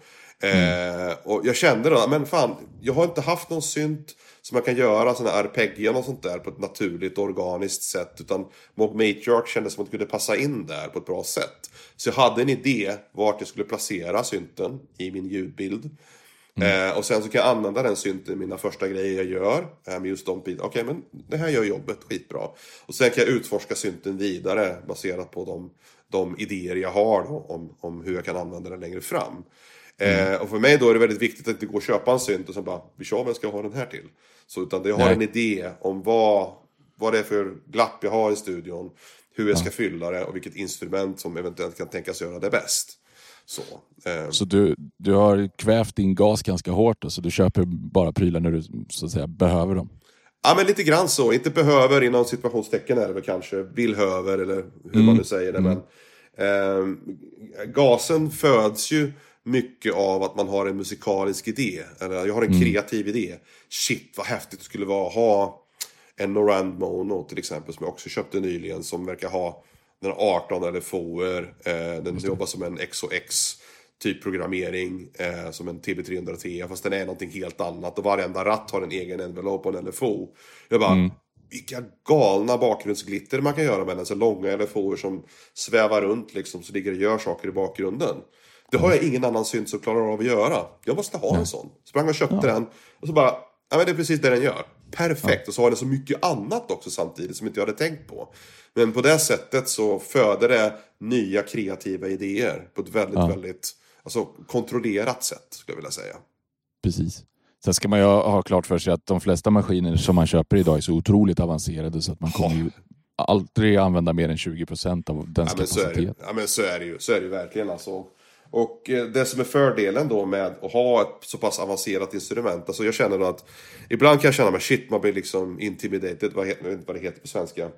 Eh, och jag kände då, men fan, jag har inte haft någon synt som man kan göra sådana arpeggion och sånt där på ett naturligt, organiskt sätt. Utan Moog Matriarch kändes som att det kunde passa in där på ett bra sätt. Så jag hade en idé vart jag skulle placera synten i min ljudbild. Mm. Eh, och sen så kan jag använda den synten i mina första grejer jag gör. Eh, med just de bitarna. Okej, men det här gör jobbet skitbra. Och sen kan jag utforska synten vidare baserat på de, de idéer jag har då, om, om hur jag kan använda den längre fram. Mm. Eh, och för mig då är det väldigt viktigt att inte gå och köpa en synt och sen bara, vi kör, vad ska jag ha den här till? Så utan jag har Nej. en idé om vad, vad det är för glapp jag har i studion, hur jag ska Ja. fylla det och vilket instrument som eventuellt kan tänkas göra det bäst. Så, eh. Så du, du har kvävt din gas ganska hårt då, så du köper bara prylar när du så att säga behöver dem. Ja, men lite grann så. Inte behöver inom situationstecken är det väl kanske. Villhöver eller hur Mm. man nu säger det. Mm. Men eh, gasen föds ju mycket av att man har en musikalisk idé. Eller jag har en Mm. kreativ idé. Shit, vad häftigt det skulle vara att ha en Norand Mono till exempel. Som jag också köpte nyligen. Som verkar ha den arton L F O-er. Eh, den jobbar som en X O X typ programmering. Eh, som en T B tre hundra T. Fast den är någonting helt annat. Och varenda ratt har en egen envelope och en L F O. Jag bara... Mm. Vilka galna bakgrundsglitter man kan göra med den. Så långa L F O-er som svävar runt liksom. Så ligger och gör saker i bakgrunden. Det har jag ingen annan synt som klarar av att göra. Jag måste ha Nej. en sån. Sprang och köpte Ja. den. Och så bara, ja men det är precis det den gör. Perfekt. Ja. Och så har den så mycket annat också samtidigt som inte jag hade tänkt på. Men på det sättet så föder det nya kreativa idéer. På ett väldigt, Ja. väldigt alltså, kontrollerat sätt skulle jag vilja säga. Precis. Sen ska man ju ha klart för sig att de flesta maskiner som man köper idag är så otroligt avancerade så att man kommer ju aldrig använda mer än tjugo procent av dens Ja men, så är kapacitet. det, ja men så är det ju, så är det ju verkligen alltså. Och eh, det som är fördelen då med att ha ett så pass avancerat instrument, alltså jag känner då att ibland kan jag känna mig shit, man blir liksom intimidated, vad, heter, jag vet inte vad det heter på svenska.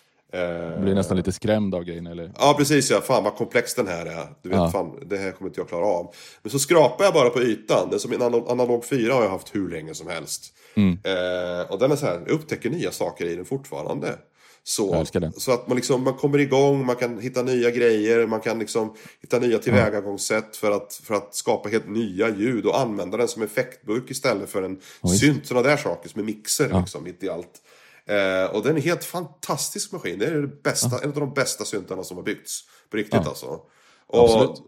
Man blir nästan lite skrämd av grejen eller? Ja precis, ja, fan vad komplex den här är. Du vet, Ja. fan, det här kommer inte jag klara av. Men så skrapar jag bara på ytan. Det är som en analog, analog fyra har jag haft hur länge som helst. Mm. Eh, och den är så här, jag upptäcker nya saker i den fortfarande. Så, Jag älskar den. så att man, liksom, man kommer igång, man kan hitta nya grejer, man kan liksom hitta nya tillvägagångssätt för att, för att skapa helt nya ljud och använda den som effektburk istället för en Ja, visst. synt. Sådana där saker som är mixer Ja. liksom, mitt i allt. Eh, och den är en helt fantastisk maskin. Det är det bästa, Ja. en av de bästa syntarna som har byggts. På riktigt Ja. alltså. Och Absolut.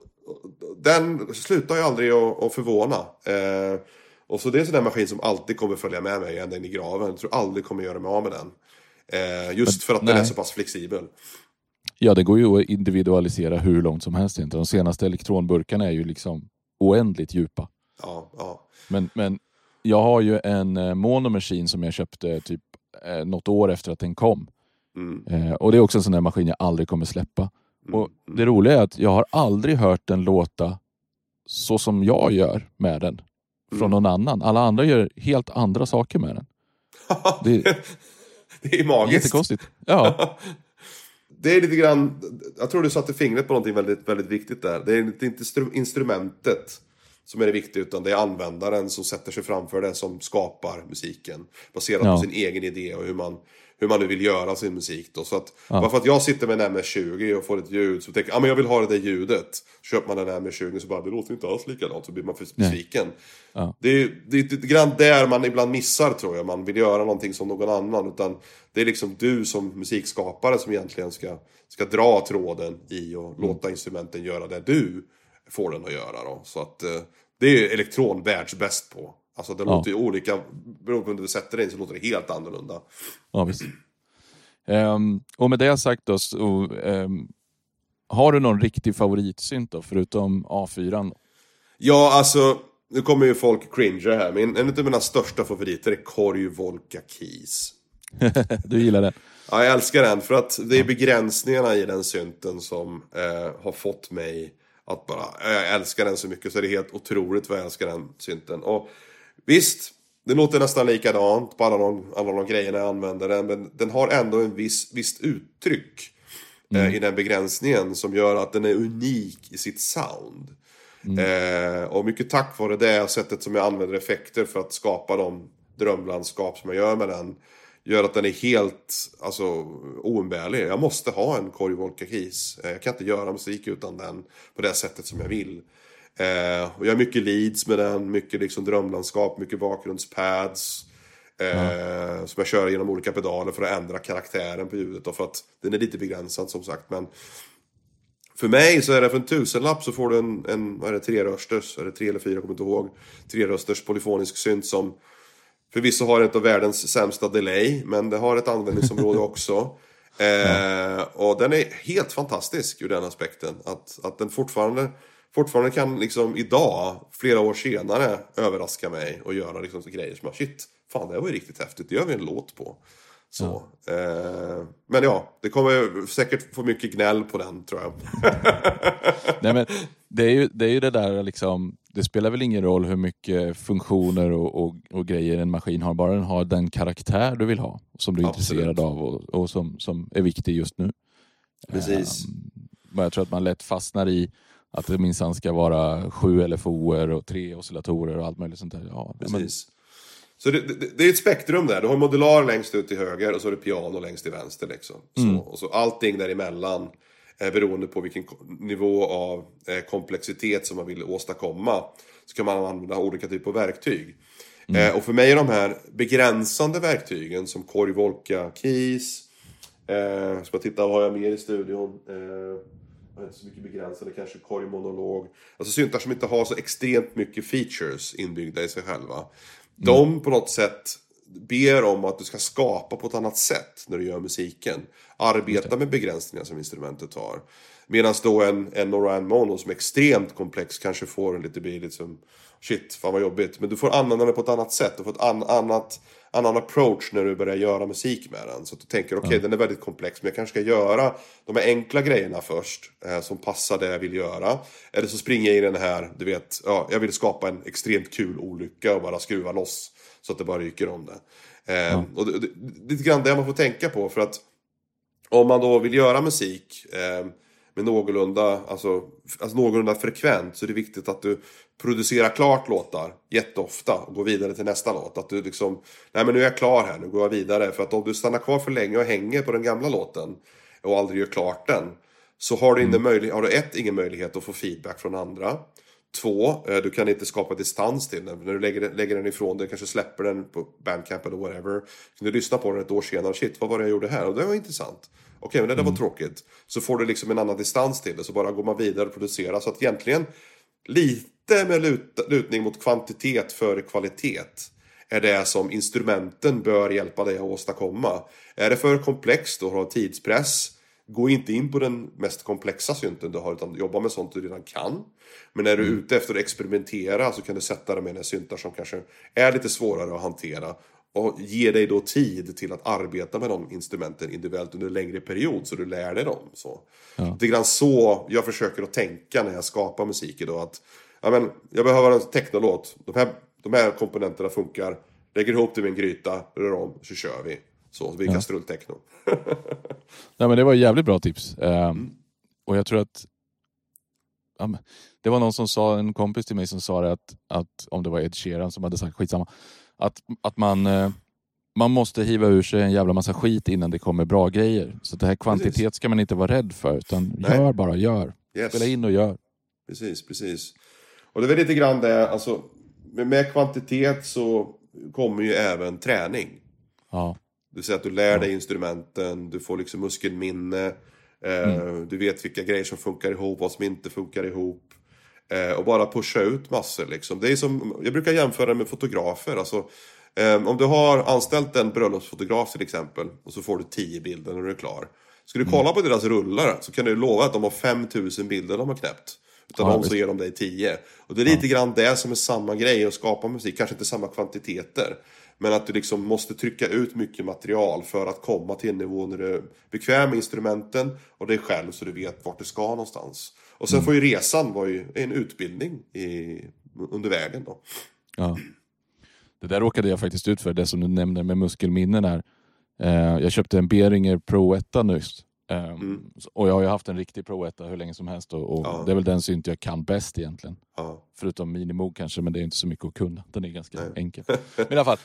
den slutar ju aldrig att, att förvåna. Eh, och så det är en sån där maskin som alltid kommer följa med mig ända in i graven. Jag tror aldrig kommer göra mig av med den. Eh, just Men, för att den nej. är så pass flexibel. Ja, det går ju att individualisera hur långt som helst. Inte. De senaste elektronburkarna är ju liksom oändligt djupa. Ja, ja. Men, men jag har ju en eh, Mono Machine som jag köpte typ eh, något år efter att den kom. Mm. Eh, och det är också en sån där maskin jag aldrig kommer släppa. Mm. Och det roliga är att jag har aldrig hört den låta så som jag gör med den från Mm. någon annan. Alla andra gör helt andra saker med den. Det, det är magiskt. Jättekonstigt. Ja. Det är lite grann, jag tror du satte fingret på någonting väldigt, väldigt viktigt där. Det är inte instru- instrumentet som är det viktiga, utan det är användaren som sätter sig framför det, som skapar musiken. Baserat Ja. på sin egen idé och hur man, hur man nu vill göra sin musik då. Så att, Ja. bara för att jag sitter med en M S tjugo och får ett ljud, så tänker jag, ah, men jag vill ha det där ljudet. Köper man en M S tjugo så bara, det låter inte alls likadant, så blir man för besviken. Ja. Det är, det är lite grann där man ibland missar, tror jag. Man vill göra någonting som någon annan, utan det är liksom du som musikskapare som egentligen ska, ska dra tråden i och mm. låta instrumenten göra det du får den att göra då. Så att eh, det är elektron världsbäst på. Alltså det ja. låter ju olika, beroende på hur du sätter det in så låter det helt annorlunda. Ja, visst. Um, och med det sagt då, så, um, har du någon riktig favoritsynt då, förutom A fyra? Ja, alltså, nu kommer ju folk cringe här, men en av mina största favoriter är Korg Volca Keys. Du gillar den? Ja, jag älskar den, för att det är begränsningarna i den synten som eh, har fått mig att bara, jag älskar den så mycket så är det helt otroligt vad jag älskar den synten. Och visst, det låter nästan likadant på alla de, alla de grejerna jag använder den, men den har ändå en viss, visst uttryck mm. eh, i den begränsningen som gör att den är unik i sitt sound. Mm. Eh, och mycket tack vare det sättet som jag använder effekter för att skapa de drömlandskap som jag gör med den, gör att den är helt alltså, oumbärlig. Jag måste ha en Korg Volca Keys. Jag kan inte göra musik utan den på det sättet som jag vill. Eh, och jag har mycket leads med den, mycket liksom drömlandskap, mycket bakgrundspads. Eh, mm. Som jag kör genom olika pedaler för att ändra karaktären på ljudet. Och för att den är lite begränsad som sagt. Men för mig så är det för en tusenlapp så får du en, en vad är det, trerösters, eller tre eller fyra, jag kommer inte ihåg. Trerösters polyfonisk synt som förvisso har ett av världens sämsta delay, men det har ett användningsområde också. Eh, ja. Och den är helt fantastisk ur den aspekten. Att, att den fortfarande, fortfarande kan liksom idag, flera år senare, överraska mig och göra liksom grejer som, shit, fan det här var ju riktigt häftigt. Det gör vi en låt på. Så. Ja. Eh, men ja, det kommer säkert få mycket gnäll på den, tror jag. Nej, men det är ju det, är ju det där liksom, det spelar väl ingen roll hur mycket funktioner och, och, och grejer en maskin har, bara den har den karaktär du vill ha, som du är Absolut. intresserad av och, och som, som är viktig just nu. Precis. Um, men jag tror att man lätt fastnar i att det minsann ska vara sju L F O:er och tre oscillatorer och allt möjligt sånt där. Ja, Precis. Men... Så det, det, det är ett spektrum där. Du har modular längst ut till höger och så är det piano längst till vänster. Liksom. Mm. Så, och så allting däremellan är beroende på vilken nivå av eh, komplexitet som man vill åstadkomma. Så kan man använda olika typer av verktyg. Mm. Eh, och för mig är de här begränsande verktygen som Korg Volca Keys. Eh, så jag tittar, vad har jag mer i studion? Eh, jag har inte så mycket begränsande, kanske Korg Monolog. Alltså syntar som inte har så extremt mycket features inbyggda i sig själva. De mm. på något sätt ber om att du ska skapa på ett annat sätt när du gör musiken. Arbeta med begränsningar som instrumentet har. Medan då en, en Orion Mono som är extremt komplex kanske får en lite bli liksom, shit, fan vad jobbigt. Men du får använda det på ett annat sätt. Du får ett an, annat, annan approach när du börjar göra musik med den. Så att du tänker, okej, okay, ja. den är väldigt komplex, men jag kanske ska göra de här enkla grejerna först. Eh, som passar det jag vill göra. Eller så springer jag i den här, du vet, ja, jag vill skapa en extremt kul olycka och bara skruva loss. Så att det bara ryker om det. Eh, ja. Och det, det, det är lite grann det man får tänka på. För att om man då vill göra musik eh, med någorlunda, alltså, alltså någorlunda frekvent, så är det viktigt att du producerar klart låtar jätteofta och går vidare till nästa låt. Att du liksom, nej men nu är jag klar här, nu går jag vidare. För att om du stannar kvar för länge och hänger på den gamla låten och aldrig gör klart den, så har du, inte möjlighet, har du ett, ingen möjlighet att få feedback från andra. Två, du kan inte skapa distans till den. När du lägger, lägger den ifrån dig, kanske släpper den på Bandcamp eller whatever. Kan du lyssna på den ett år senare, shit, vad var det jag gjorde här? Och det var intressant. Okej, men det där var tråkigt. Så får du liksom en annan distans till det. Så bara går man vidare och producerar. Så att egentligen lite med lut, lutning mot kvantitet före kvalitet är det som instrumenten bör hjälpa dig att åstadkomma. Är det för komplext och har tidspress, gå inte in på den mest komplexa synten du har, utan jobba med sånt du redan kan. Men när du är Mm. ute efter att experimentera så kan du sätta dig med en syntar som kanske är lite svårare att hantera. Och ge dig då tid till att arbeta med de instrumenten individuellt under en längre period så du lär dig dem. Så. Ja. Det är grann så jag försöker att tänka när jag skapar musik idag. Att, ja, men, jag behöver en technolåt. De här, de här komponenterna funkar. Lägger ihop det med en gryta, rör om, så kör vi. Så, så vi kan Ja. strulltechno. Nej, men det var ett jävligt bra tips. Um, Mm. Och jag tror att ja, men, det var någon som sa, en kompis till mig som sa det att, att om det var Ed Sheeran som hade sagt skitsamma. Att, att man, eh, man måste hiva ur sig en jävla massa skit innan det kommer bra grejer. Så det här kvantitet Precis. ska man inte vara rädd för. Utan Nej. gör bara, gör. Yes. Spela in och gör. Precis, precis. Och det är väl lite grann det, alltså med, med kvantitet så kommer ju även träning. Ja. Du säger att du lär Ja. dig instrumenten, du får liksom muskelminne, eh, Mm. du vet vilka grejer som funkar ihop, vad som inte funkar ihop. Eh, och bara pusha ut massor liksom. Det är som, jag brukar jämföra med fotografer. Alltså, eh, om du har anställt en bröllopsfotograf till exempel, och så får du tio bilder när du är klar. Ska du kolla på deras rullar så kan du lova att de har fem tusen bilder de har knäppt. Utan Ja, de visst. så ger de dig tio. Och det är lite grann det som är samma grej att skapa musik. Kanske inte samma kvantiteter. Men att du liksom måste trycka ut mycket material för att komma till en nivå när du är bekväm med instrumenten och dig själv så du vet vart du ska någonstans. Och sen får ju resan vara ju en utbildning i, under vägen då. Ja. Det där råkade jag faktiskt ut för, det som du nämnde med muskelminnen här. Eh, jag köpte en Behringer Pro ett nyss. Eh, Mm. Och jag har ju haft en riktig Pro ett hur länge som helst. Och, och Ja. det är väl den synt jag kan bäst egentligen. Ja. Förutom Minimo kanske, men det är inte så mycket att kunna. Den är ganska Nej. enkel. Men i alla fall,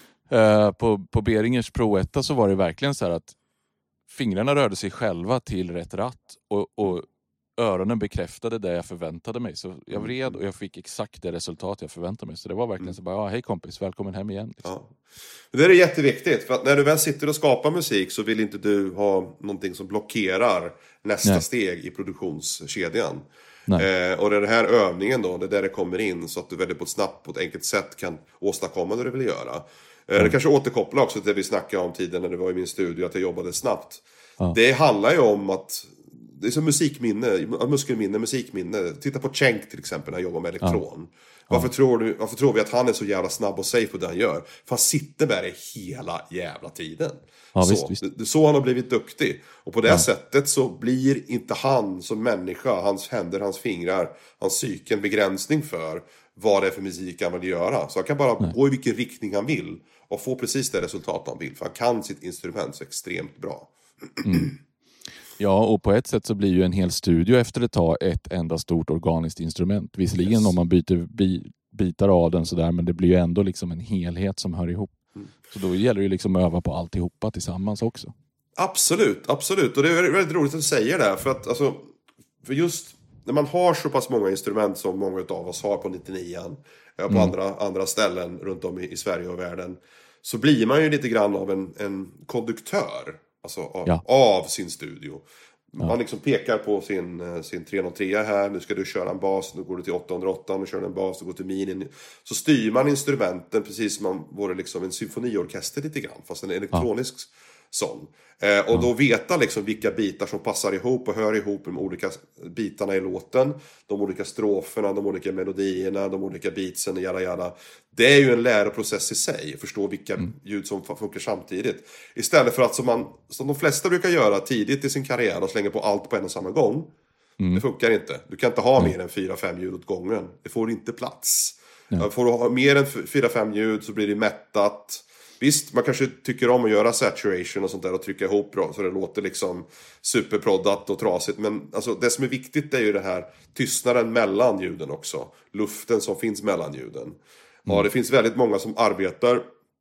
eh, på, på Behringers Pro ett så var det verkligen så här att fingrarna rörde sig själva till rätt ratt. Och, och öronen bekräftade det jag förväntade mig. Så jag vred och jag fick exakt det resultat jag förväntade mig. Så det var verkligen Mm. så bara, ja, hej kompis, välkommen hem igen. Liksom. Ja. Det är jätteviktigt, för att när du väl sitter och skapar musik så vill inte du ha någonting som blockerar nästa Nej. steg i produktionskedjan. Nej. Eh, och det är den här övningen då, det är där det kommer in så att du väldigt på ett snabbt, på ett enkelt sätt kan åstadkomma det du vill göra. Eh, Mm. Det kanske återkopplar också till det vi snackade om tiden när du var i min studio, att jag jobbade snabbt. Ja. Det handlar ju om att det är som musikminne, muskelminne, musikminne. Titta på Cenk till exempel när han jobbar med elektron. Varför, tror du, varför tror vi att han är så jävla snabb och safe på det han gör? För han sitter med det hela jävla tiden. Ja, så, visst, visst. Det, det är så han har blivit duktig. Och på det Ja. sättet så blir inte han som människa, hans händer, hans fingrar, hans psyke en begränsning för vad det är för musik han vill göra. Så han kan bara Nej. gå i vilken riktning han vill och få precis det resultat han vill. För han kan sitt instrument så extremt bra. Ja, och på ett sätt så blir ju en hel studio efter ett tag ett enda stort organiskt instrument. Visserligen Yes. om man byter bi- bitar av den sådär, men det blir ju ändå liksom en helhet som hör ihop. Mm. Så då gäller det ju liksom att öva på alltihopa tillsammans också. Absolut, absolut. Och det är väldigt, väldigt roligt att du säger det. För att alltså, för just när man har så pass många instrument som många av oss har på nittionio på Mm. andra, andra ställen runt om i, i Sverige och världen, så blir man ju lite grann av en, en konduktör. Alltså av, Ja. av sin studio. Ja. Man liksom pekar på sin, eh, sin tre noll tre här. Nu ska du köra en bas, nu går du till åtta noll åtta. Nu kör du en bas, du går till mini. Så styr man instrumenten precis som man vore liksom en symfoniorkester lite grann. Fast en elektronisk sån. Eh, och då veta liksom vilka bitar som passar ihop och hör ihop med de olika bitarna i låten. De olika stroferna, de olika melodierna, de olika beatsen, jada jada. Det är ju en läroprocess i sig. Förstå vilka mm. ljud som funkar samtidigt. Istället för att som, man, som de flesta brukar göra tidigt i sin karriär och slänga på allt på en och samma gång. Mm. Det funkar inte. Du kan inte ha mm. mer än fyra fem ljud åt gången. Det får inte plats. Mm. Får du ha mer än fyra fem ljud så blir det mättat. Visst, man kanske tycker om att göra saturation och sånt där och trycka ihop bra så det låter liksom superproddat och trasigt. Men alltså, det som är viktigt är ju det här tystnaden mellan ljuden också. Luften som finns mellan ljuden. Mm. Ja, det finns väldigt många som arbetar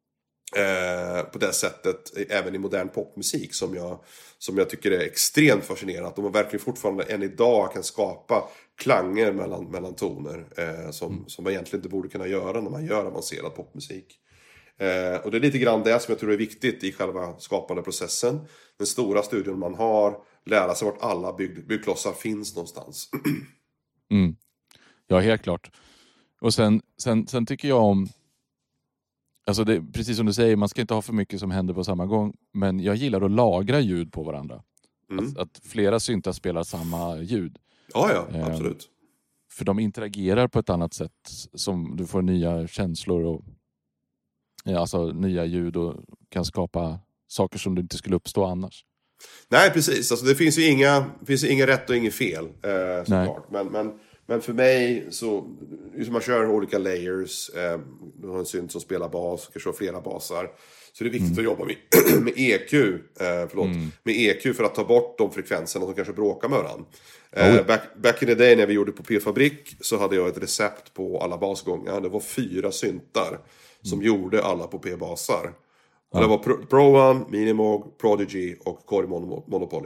eh, på det sättet även i modern popmusik som jag, som jag tycker är extremt fascinerande. Att de verkligen fortfarande än idag kan skapa klanger mellan, mellan toner eh, som, mm. som man egentligen inte borde kunna göra när man gör avancerad popmusik. Eh, och det är lite grann det som jag tror är viktigt i själva skapande processen. Den stora studion man har, lära sig vart alla bygg, byggklossar finns någonstans. Mm. Ja, helt klart. Och sen, sen, sen tycker jag om, alltså det, precis som du säger, man ska inte ha för mycket som händer på samma gång. Men jag gillar att lagra ljud på varandra. Mm. Att, att flera syntar spelar samma ljud. Ja, ja, eh, absolut. För de interagerar på ett annat sätt. Som du får nya känslor och ja, alltså nya ljud och kan skapa saker som inte skulle uppstå annars. Nej, precis. Alltså, det finns ju inga, finns ju inga rätt och inget fel. Eh, såklart. Men, men, men för mig så, man kör olika layers. Eh, du har en synt som spelar bas, kanske har flera basar. Så det är viktigt mm. att jobba med, med E Q, eh, förlåt, mm. med E Q för att ta bort de frekvenserna som kanske bråkar med varandra. Eh, oh. back, back in the day när vi gjorde på P-fabrik så hade jag ett recept på alla basgångar. Det var fyra syntar som mm. gjorde alla på P-basar. Ja. Det var Pro, Pro One, Minimoog, Prodigy och Core Monopoly.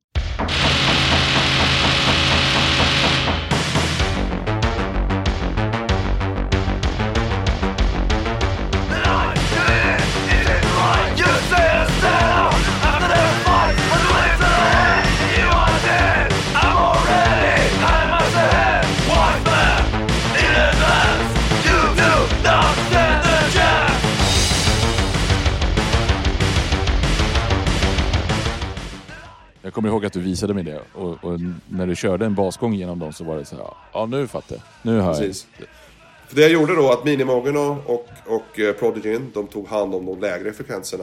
Jag kommer ihåg att du visade mig det och, och när du körde en basgång genom dem så var det så här, ja nu fattar jag, nu hör jag. För det jag gjorde då att Minimogen och, och, och Prodigyn, de tog hand om de lägre frekvenserna.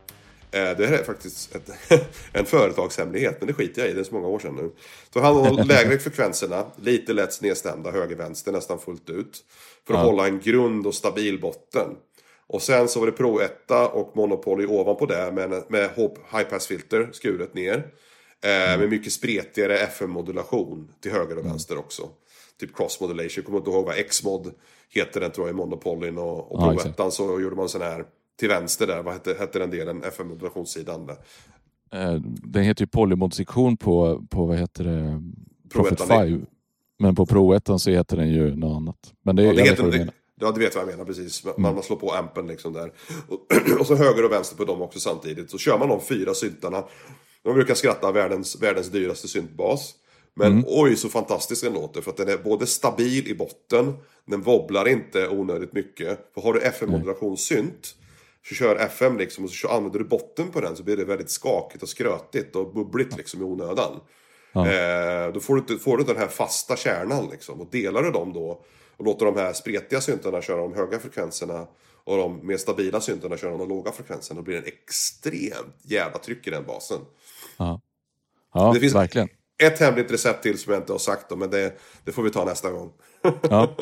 Eh, det här är faktiskt ett, en företagshemlighet, men det skiter jag i, det är så många år sedan nu. Tog hand om de lägre frekvenserna, lite lätt nedstämda, höger-vänster nästan fullt ut. För att ja. hålla en grund och stabil botten. Och sen så var det Pro ett och Monopoly ovanpå det med, med high-pass-filter skuret ner. Eh, med mycket spretigare F M-modulation till höger och vänster också. Typ cross-modulation, kommer inte ihåg vad X-mod heter den tror jag i Monopolyn. Och, och Pro ett ja, så gjorde man sån här till vänster där, vad hette, hette den delen, F M-modulationssidan där. Eh, den heter ju polymod-sektion på, på vad heter det, Prophet fem. Men på Pro ett så heter den ju något annat. Men det, ja, det jag heter det. Ja, du vet vad jag menar, precis. Man, mm. man slår på ampen liksom där. Och, och så höger och vänster på dem också samtidigt. Så kör man de fyra syntarna. De brukar skratta världens, världens dyraste syntbas. Men mm. oj så fantastiskt den låter. För att den är både stabil i botten. Den wobblar inte onödigt mycket. För har du F M-modulationssynt så kör F M liksom. Och så använder du botten på den så blir det väldigt skakigt och skrötigt. Och bubbligt liksom i onödan. Ja. Eh, då får du, får du den här fasta kärnan liksom. Och delar du dem då. Och låter de här spretiga syntarna köra de höga frekvenserna. Och de mer stabila syntarna köra de låga frekvenserna. Då blir det en extremt jävla tryck i den basen. Ja, ja det finns verkligen ett hemligt recept till som jag inte har sagt då, men det, det får vi ta nästa gång. Ja.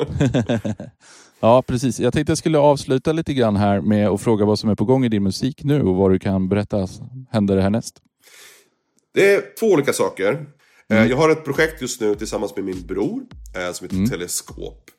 Ja, precis. Jag tänkte jag skulle avsluta lite grann här med att fråga vad som är på gång i din musik nu. Och vad du kan berätta händer det härnäst. Det är två olika saker. Mm. Jag har ett projekt just nu tillsammans med min bror som heter mm. Teleskop.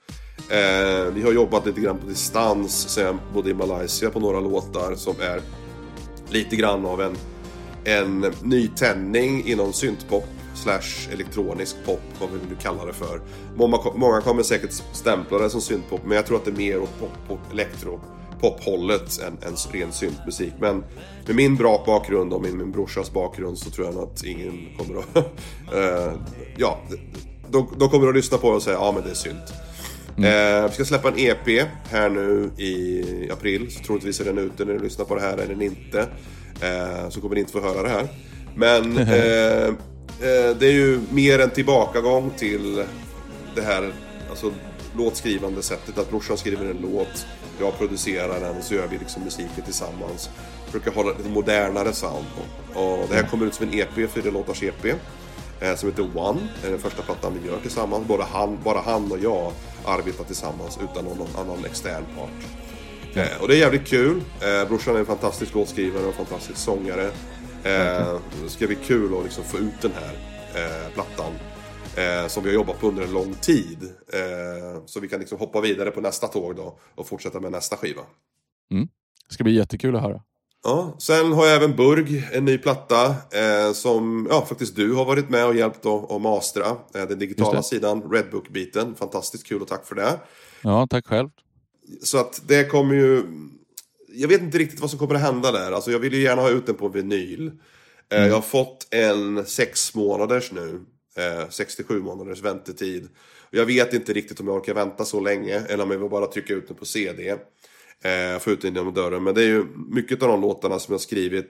Vi har jobbat lite grann på distans sen både i Malaysia på några låtar som är lite grann av en, en nytändning inom syntpop slash elektronisk pop, vad vi nu kallar det för. Många, många kommer säkert stämpla det som syntpop, men jag tror att det är mer åt pop, pop, elektro pophållet än, än ren syntmusik. Men med min bra bakgrund och min, min brorsas bakgrund så tror jag att ingen kommer att uh, ja, de, de kommer att lyssna på och säga ja men det är synt. Mm. Uh, vi ska släppa en E P här nu i april, så troligtvis är den ute när du lyssnar på det här eller inte. Uh, så kommer ni inte få höra det här. Men uh, uh, det är ju mer en tillbakagång till det här alltså låtskrivande sättet, att brorsan skriver en låt, jag producerar den och så gör vi liksom musiken tillsammans. Brukar ha lite modernare sound och, och det här kommer ut som en E P, fyra låtars E P eh, som heter One, den första plattan vi gör tillsammans. Bara han, bara han och jag arbetar tillsammans utan någon annan extern part. Eh, och det är jävligt kul. Eh, brorsan är en fantastisk låtskrivare och en fantastisk sångare. Eh, det ska bli kul att liksom få ut den här eh, plattan. Eh, som vi har jobbat på under en lång tid. Eh, så vi kan liksom hoppa vidare på nästa tåg då och fortsätta med nästa skiva. Mm. Det ska bli jättekul att höra. Ja, sen har jag även Burg, en ny platta eh, som ja, faktiskt du har varit med och hjälpt att, att mastra. Eh, den digitala sidan, Redbook-biten. Fantastiskt kul och tack för det. Ja, tack själv. Så att det kommer ju... Jag vet inte riktigt vad som kommer att hända där. Alltså jag vill ju gärna ha ut den på vinyl. Eh, mm. Jag har fått en sex månaders nu. Eh, sextiosju månaders väntetid. Jag vet inte riktigt om jag orkar vänta så länge eller om jag vill bara trycka ut den på C D. Eh, få ut den genom dörren. Men det är ju mycket av de låtarna som jag har skrivit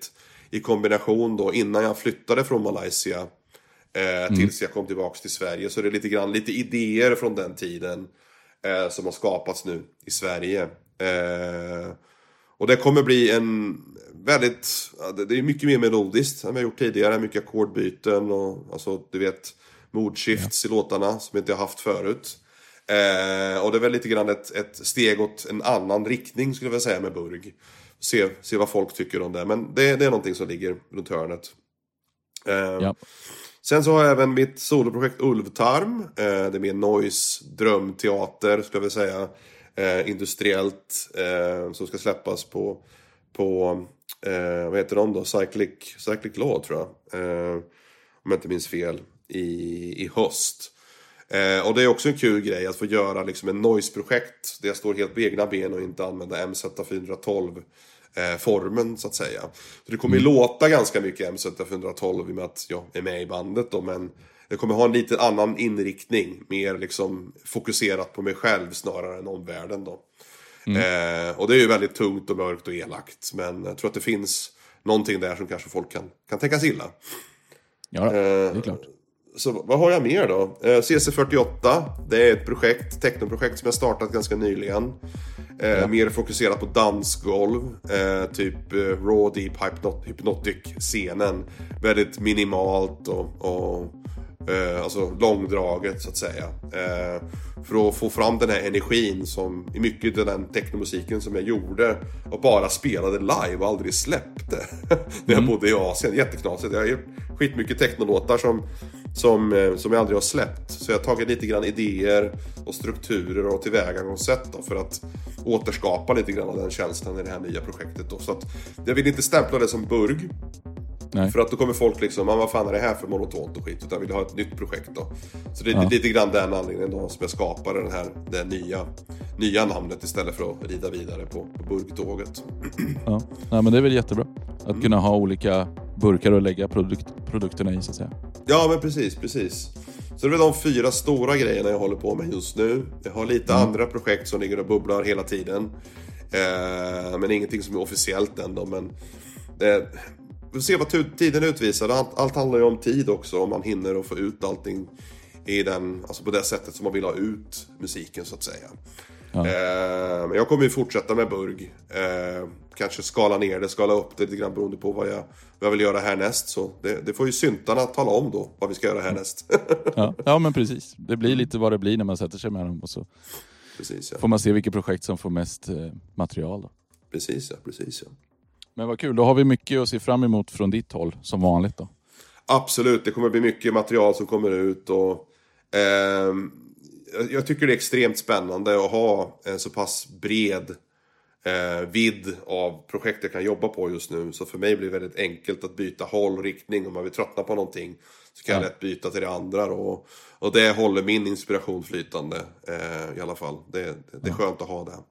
i kombination då innan jag flyttade från Malaysia eh, mm. tills jag kom tillbaka till Sverige. Så det är lite grann lite idéer från den tiden eh, som har skapats nu i Sverige. Eh, och det kommer bli en väldigt, det är mycket mer melodiskt än vi har gjort tidigare. Mycket ackordbyten och alltså, du vet, moodshifts ja. i låtarna som jag inte har haft förut. Eh, och det är väl lite grann ett, ett steg åt en annan riktning skulle jag vilja säga med Burg. Se, se vad folk tycker om det. Men det, det är någonting som ligger runt hörnet. Eh, ja. Sen så har jag även mitt soloprojekt Ulvtarm. Eh, det är mer noise, drömteater skulle jag vilja säga. Eh, industriellt. Eh, som ska släppas på, på eh, vad heter de då? Cyclic, Cyclic Law tror jag. Eh, om jag inte minns fel. I, i höst. Eh, och det är också en kul grej att få göra liksom en noise-projekt där jag står helt på egna ben och inte använda M Z fyrahundratolv eh, formen så att säga. Så det kommer ju mm. låta ganska mycket M Z fyrahundratolv i och med att jag är med i bandet då, men det kommer ha en lite annan inriktning, mer liksom fokuserat på mig själv snarare än omvärlden då. Mm. Eh, och det är ju väldigt tungt och mörkt och elakt, men jag tror att det finns någonting där som kanske folk kan, kan tänka illa. Ja, det är eh, klart. Så vad har jag mer då? Eh, C C fyrtioåtta, det är ett projekt, technoprojekt som jag startat ganska nyligen. Eh, ja. Mer fokuserat på dansgolv, eh, typ eh, raw deep hypnot- hypnotic-scenen. Väldigt minimalt och, och eh, alltså långdraget så att säga. Eh, för att få fram den här energin som i mycket av den technomusiken som jag gjorde och bara spelade live och aldrig släppte. När jag bodde i Asien, jätteknasigt. Jag har gjort skitmycket technolåtar som Som, som jag aldrig har släppt. Så jag har tagit lite grann idéer och strukturer och tillvägagångssätt då, för att återskapa lite grann av den känslan i det här nya projektet då. Så att jag vill inte stämpla det som Burg. Nej. För att då kommer folk liksom, man, vad fan är det här för monotont och skit? Utan jag vill ha ett nytt projekt då. Så det är ja. lite grann den anledningen då som jag skapade den här, det nya, nya namnet istället för att rida vidare på, på burgtåget. Ja. Ja, men det är väl jättebra att mm. kunna ha olika burkar och lägga produkt, produkterna i så att säga. Ja, men precis, precis. Så det är de fyra stora grejerna jag håller på med just nu. Jag har lite mm. andra projekt som ligger och bubblar hela tiden. Eh, men ingenting som är officiellt än då. Men det, vi får se vad t- tiden utvisar. Allt, allt handlar ju om tid också. Om man hinner att få ut allting i den, alltså på det sättet som man vill ha ut musiken så att säga. Ja. Eh, men jag kommer ju fortsätta med Burg. Eh, kanske skala ner det, skala upp det lite grann beroende på vad jag, vad jag vill göra härnäst. Så det, det får ju syntarna tala om då, vad vi ska göra härnäst. ja. ja, men precis. Det blir lite vad det blir när man sätter sig med dem. Och så precis, ja. får man se vilket projekt som får mest eh, material. Då. Precis, ja. Precis, ja. Men vad kul, då har vi mycket att se fram emot från ditt håll, som vanligt då. Absolut, det kommer bli mycket material som kommer ut och... Eh, jag tycker det är extremt spännande att ha en så pass bred eh, vidd av projekt jag kan jobba på just nu. Så för mig blir det väldigt enkelt att byta håll och riktning. Om man vill tröttna på någonting så kan ja. jag lätt byta till det andra. Och, och det håller min inspiration flytande eh, i alla fall. Det, det, det är ja. skönt att ha det.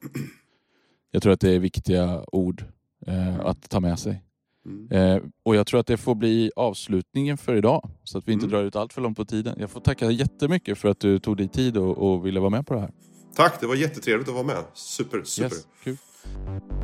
Jag tror att det är viktiga ord eh, att ta med sig. Mm. Eh, och jag tror att det får bli avslutningen för idag, så att vi inte mm. drar ut allt för långt på tiden. Jag får tacka jättemycket för att du tog dig tid och, och ville vara med på det här. Tack, det var jättetrevligt att vara med. Super, super. Yes, kul.